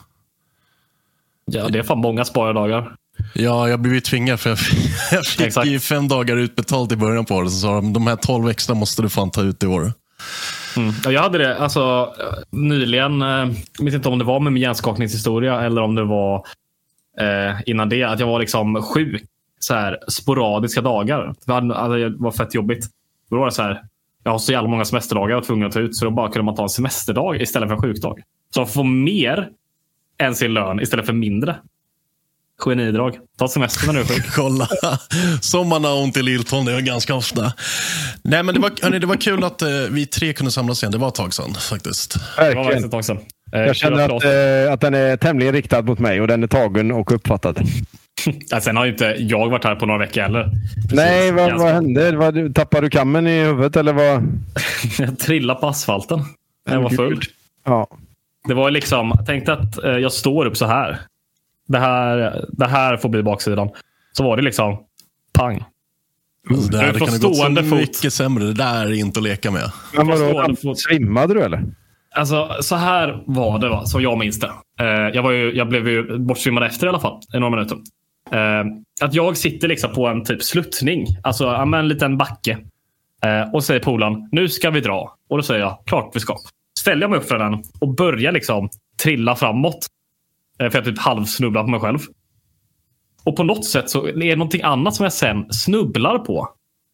Ja, det är fan många spardagar. Ja, jag blev ju tvingad för jag fick ju 5 dagar utbetalt i början på det. Så sa de här 12 extra måste du fan ta ut i år. Ja, jag hade det alltså nyligen. Jag vet inte om det var med min hjärnskakningshistoria eller om det var innan det. Att jag var liksom sjuk. Så här sporadiska dagar. Det var fett jobbigt. Då var det så här, jag har så jävla många semesterdagar jag var tvungen att ta ut, så då bara kunde man ta en semesterdag istället för en sjukdag. Så att få mer än sin lön istället för mindre. Genidrag. Ta semester när du är sjuk. Kolla. Som man har ont i Lillton, det är ganska ofta. Nej, men det var kul att vi 3 kunde samlas igen. Det var ett tag sedan faktiskt. Det var ett tag sedan. Jag känner att den är tämligen riktad mot mig och den är tagen och uppfattad. Sen har ju inte jag varit här på några veckor heller. Precis. Nej, vad hände? Tappade du kammen i huvudet eller vad? Jag trillade på asfalten. Jag var full. Ja. Det var liksom, jag tänkte att jag står upp så här. Det här får bli baksidan. Så var det liksom pang. Alltså, det här kan det gå så mycket sämre. Det där är inte att leka med. Men vadå, svimmade du eller? Alltså, så här var det, som jag minns det. Jag blev ju bortsvimmad efter i alla fall, i några minuter. Att jag sitter liksom på en typ sluttning, alltså en liten backe. Och säger polaren, nu ska vi dra. Och då säger jag, klart vi ska. Ställer jag mig upp för den och börjar liksom trilla framåt. För jag typ halvsnubblar på mig själv. Och på något sätt så är det någonting annat som jag sen snubblar på.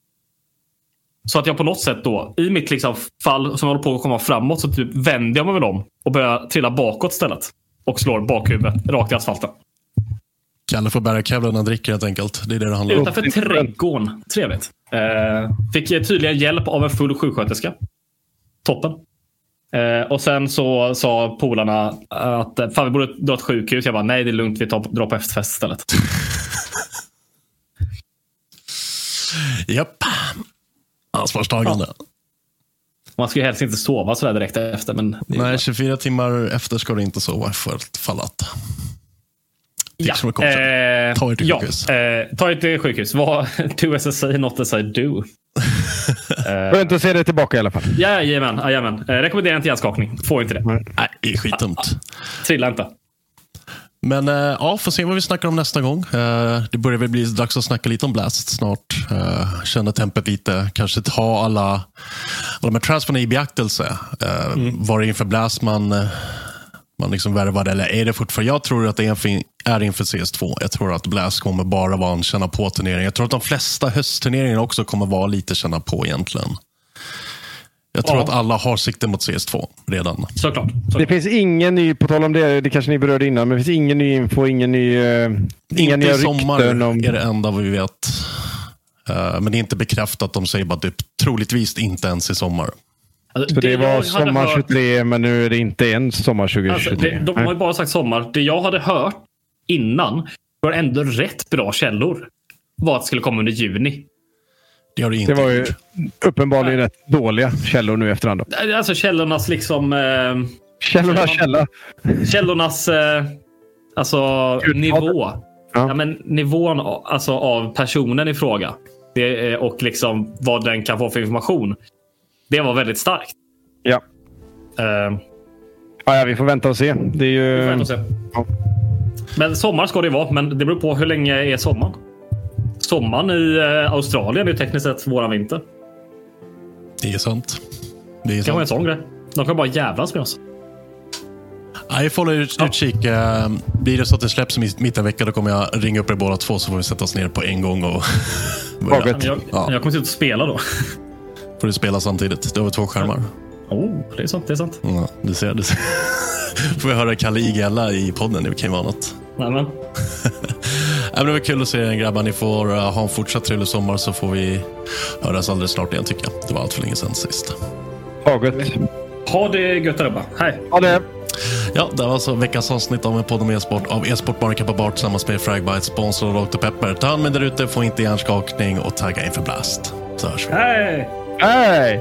Så att jag på något sätt då, i mitt liksom fall som håller på att komma framåt, så typ vänder jag mig med dem och börjar trilla bakåt istället. Och slår bakhuvudet rakt i asfalten. Kalle får bära kevlar när han dricker helt enkelt. Det är det handlar om. Utanför trädgården. Trevligt. Fick tydligen hjälp av en full sjuksköterska. Toppen. Och sen så sa polarna att fan, vi borde dra till sjukhus. Jag bara, nej det är lugnt, vi drar på efterfest istället. Japp. Ansvarstagande. Man ska ju helst inte sova så där direkt efter. Men nej, 24 timmar efter ska du inte sova för ett fallat. Ja. Ta er till sjukhus. Ta er till sjukhus. Do as I say, not as I do. Skönt att se det tillbaka i alla fall. Jajamän. Rekommenderar inte hjärnskakning. Får inte det. Nej, det är skitdumt. Trilla inte. Men får se vad vi snackar om nästa gång. Det börjar väl bli dags att snacka lite om Blast snart. Känna tempet lite. Kanske ta alla de här transferna i beaktelse. Var det inför Blast man liksom värvade, eller är det fortfarande? Jag tror att det är inför CS2. Jag tror att Blast kommer bara vara en känna på turnering. Jag tror att de flesta höstturneringar också kommer vara lite känna på egentligen. Jag tror att alla har sikte mot CS2 redan. Såklart. Det finns ingen ny, på tal om det kanske ni berörde innan, men det finns ingen ny info, inga nya sommar är det enda vi vet. Men det är inte bekräftat, de säger bara typ troligtvis inte ens i sommar. Så det var sommar 23, men nu är det inte ens sommar 2023. De har ju bara sagt sommar. Det jag hade hört innan var ändå rätt bra källor. Var att det skulle komma under juni. Det var ju uppenbarligen rätt dåliga källor nu efterhand. Alltså källornas liksom... Källornas nivå. Ja, men nivån alltså, av personen i fråga. Och liksom vad den kan få för information. Det var väldigt starkt. Ja. Ja, vi får vänta och se. Det är ju... Vi får vänta och se. Ja. Men sommar ska det vara. Men det beror på hur länge är sommaren. Sommaren i Australien är tekniskt sett våran vinter. Det är sant. Det kan vara en sån grej. De kan bara jävlas med oss. Jag får hålla utkik. Blir det så att det släpps mitt en vecka, då kommer jag ringa upp er båda två, så får vi sätta oss ner på en gång och jag kommer sitta och spela då. Får du spela samtidigt? Du har 2 skärmar. Det är sant, det är sant. Ja, du ser. Får vi höra Kalle Igella i podden, det kan ju vara något. Nämen. Men det var kul att se er, grabbar. Ni får ha en fortsatt trevlig sommar, så får vi höras alldeles snart igen, tycker jag. Det var allt för länge sedan sist. Ha det gött där, bara. Hej. Ha det. Ja, det var alltså veckans avsnitt av en podd om e-sport av e-sport Barnica på Bart tillsammans med Fragbite, sponsor av Dr. Pepper. Ta hand med där ute, få inte hjärnskakning och tagga inför Blast. Så hörs vi. Hej! Hej!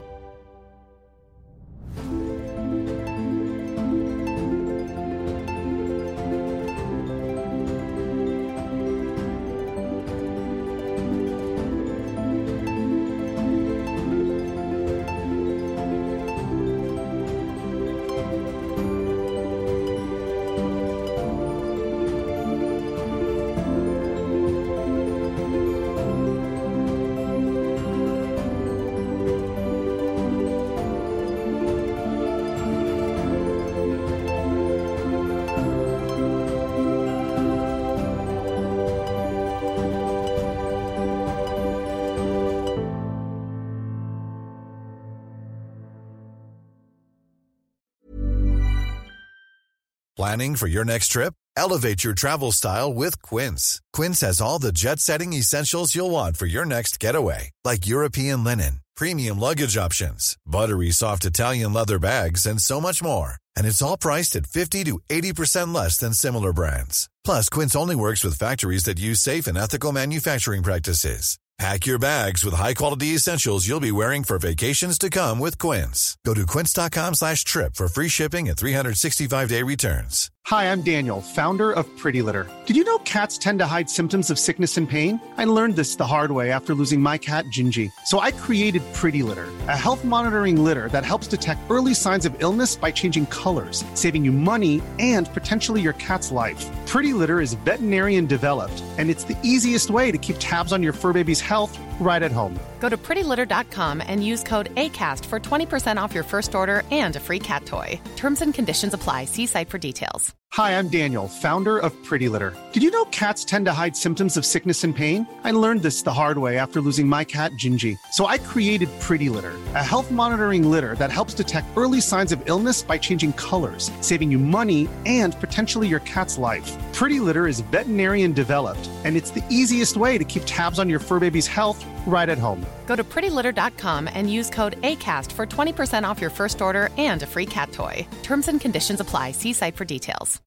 Planning for your next trip? Elevate your travel style with Quince. Quince has all the jet-setting essentials you'll want for your next getaway, like European linen, premium luggage options, buttery soft Italian leather bags, and so much more. And it's all priced at 50 to 80% less than similar brands. Plus, Quince only works with factories that use safe and ethical manufacturing practices. Pack your bags with high-quality essentials you'll be wearing for vacations to come with Quince. Go to quince.com/trip for free shipping and 365-day returns. Hi, I'm Daniel, founder of Pretty Litter. Did you know cats tend to hide symptoms of sickness and pain? I learned this the hard way after losing my cat, Gingy. So I created Pretty Litter, a health monitoring litter that helps detect early signs of illness by changing colors, saving you money and potentially your cat's life. Pretty Litter is veterinarian developed, and it's the easiest way to keep tabs on your fur baby's health right at home. Go to prettylitter.com and use code ACAST for 20% off your first order and a free cat toy. Terms and conditions apply. See site for details. Hi, I'm Daniel, founder of Pretty Litter. Did you know cats tend to hide symptoms of sickness and pain? I learned this the hard way after losing my cat, Gingy. So I created Pretty Litter, a health monitoring litter that helps detect early signs of illness by changing colors, saving you money and potentially your cat's life. Pretty Litter is veterinarian developed, and it's the easiest way to keep tabs on your fur baby's health right at home. Go to prettylitter.com and use code ACAST for 20% off your first order and a free cat toy. Terms and conditions apply. See site for details.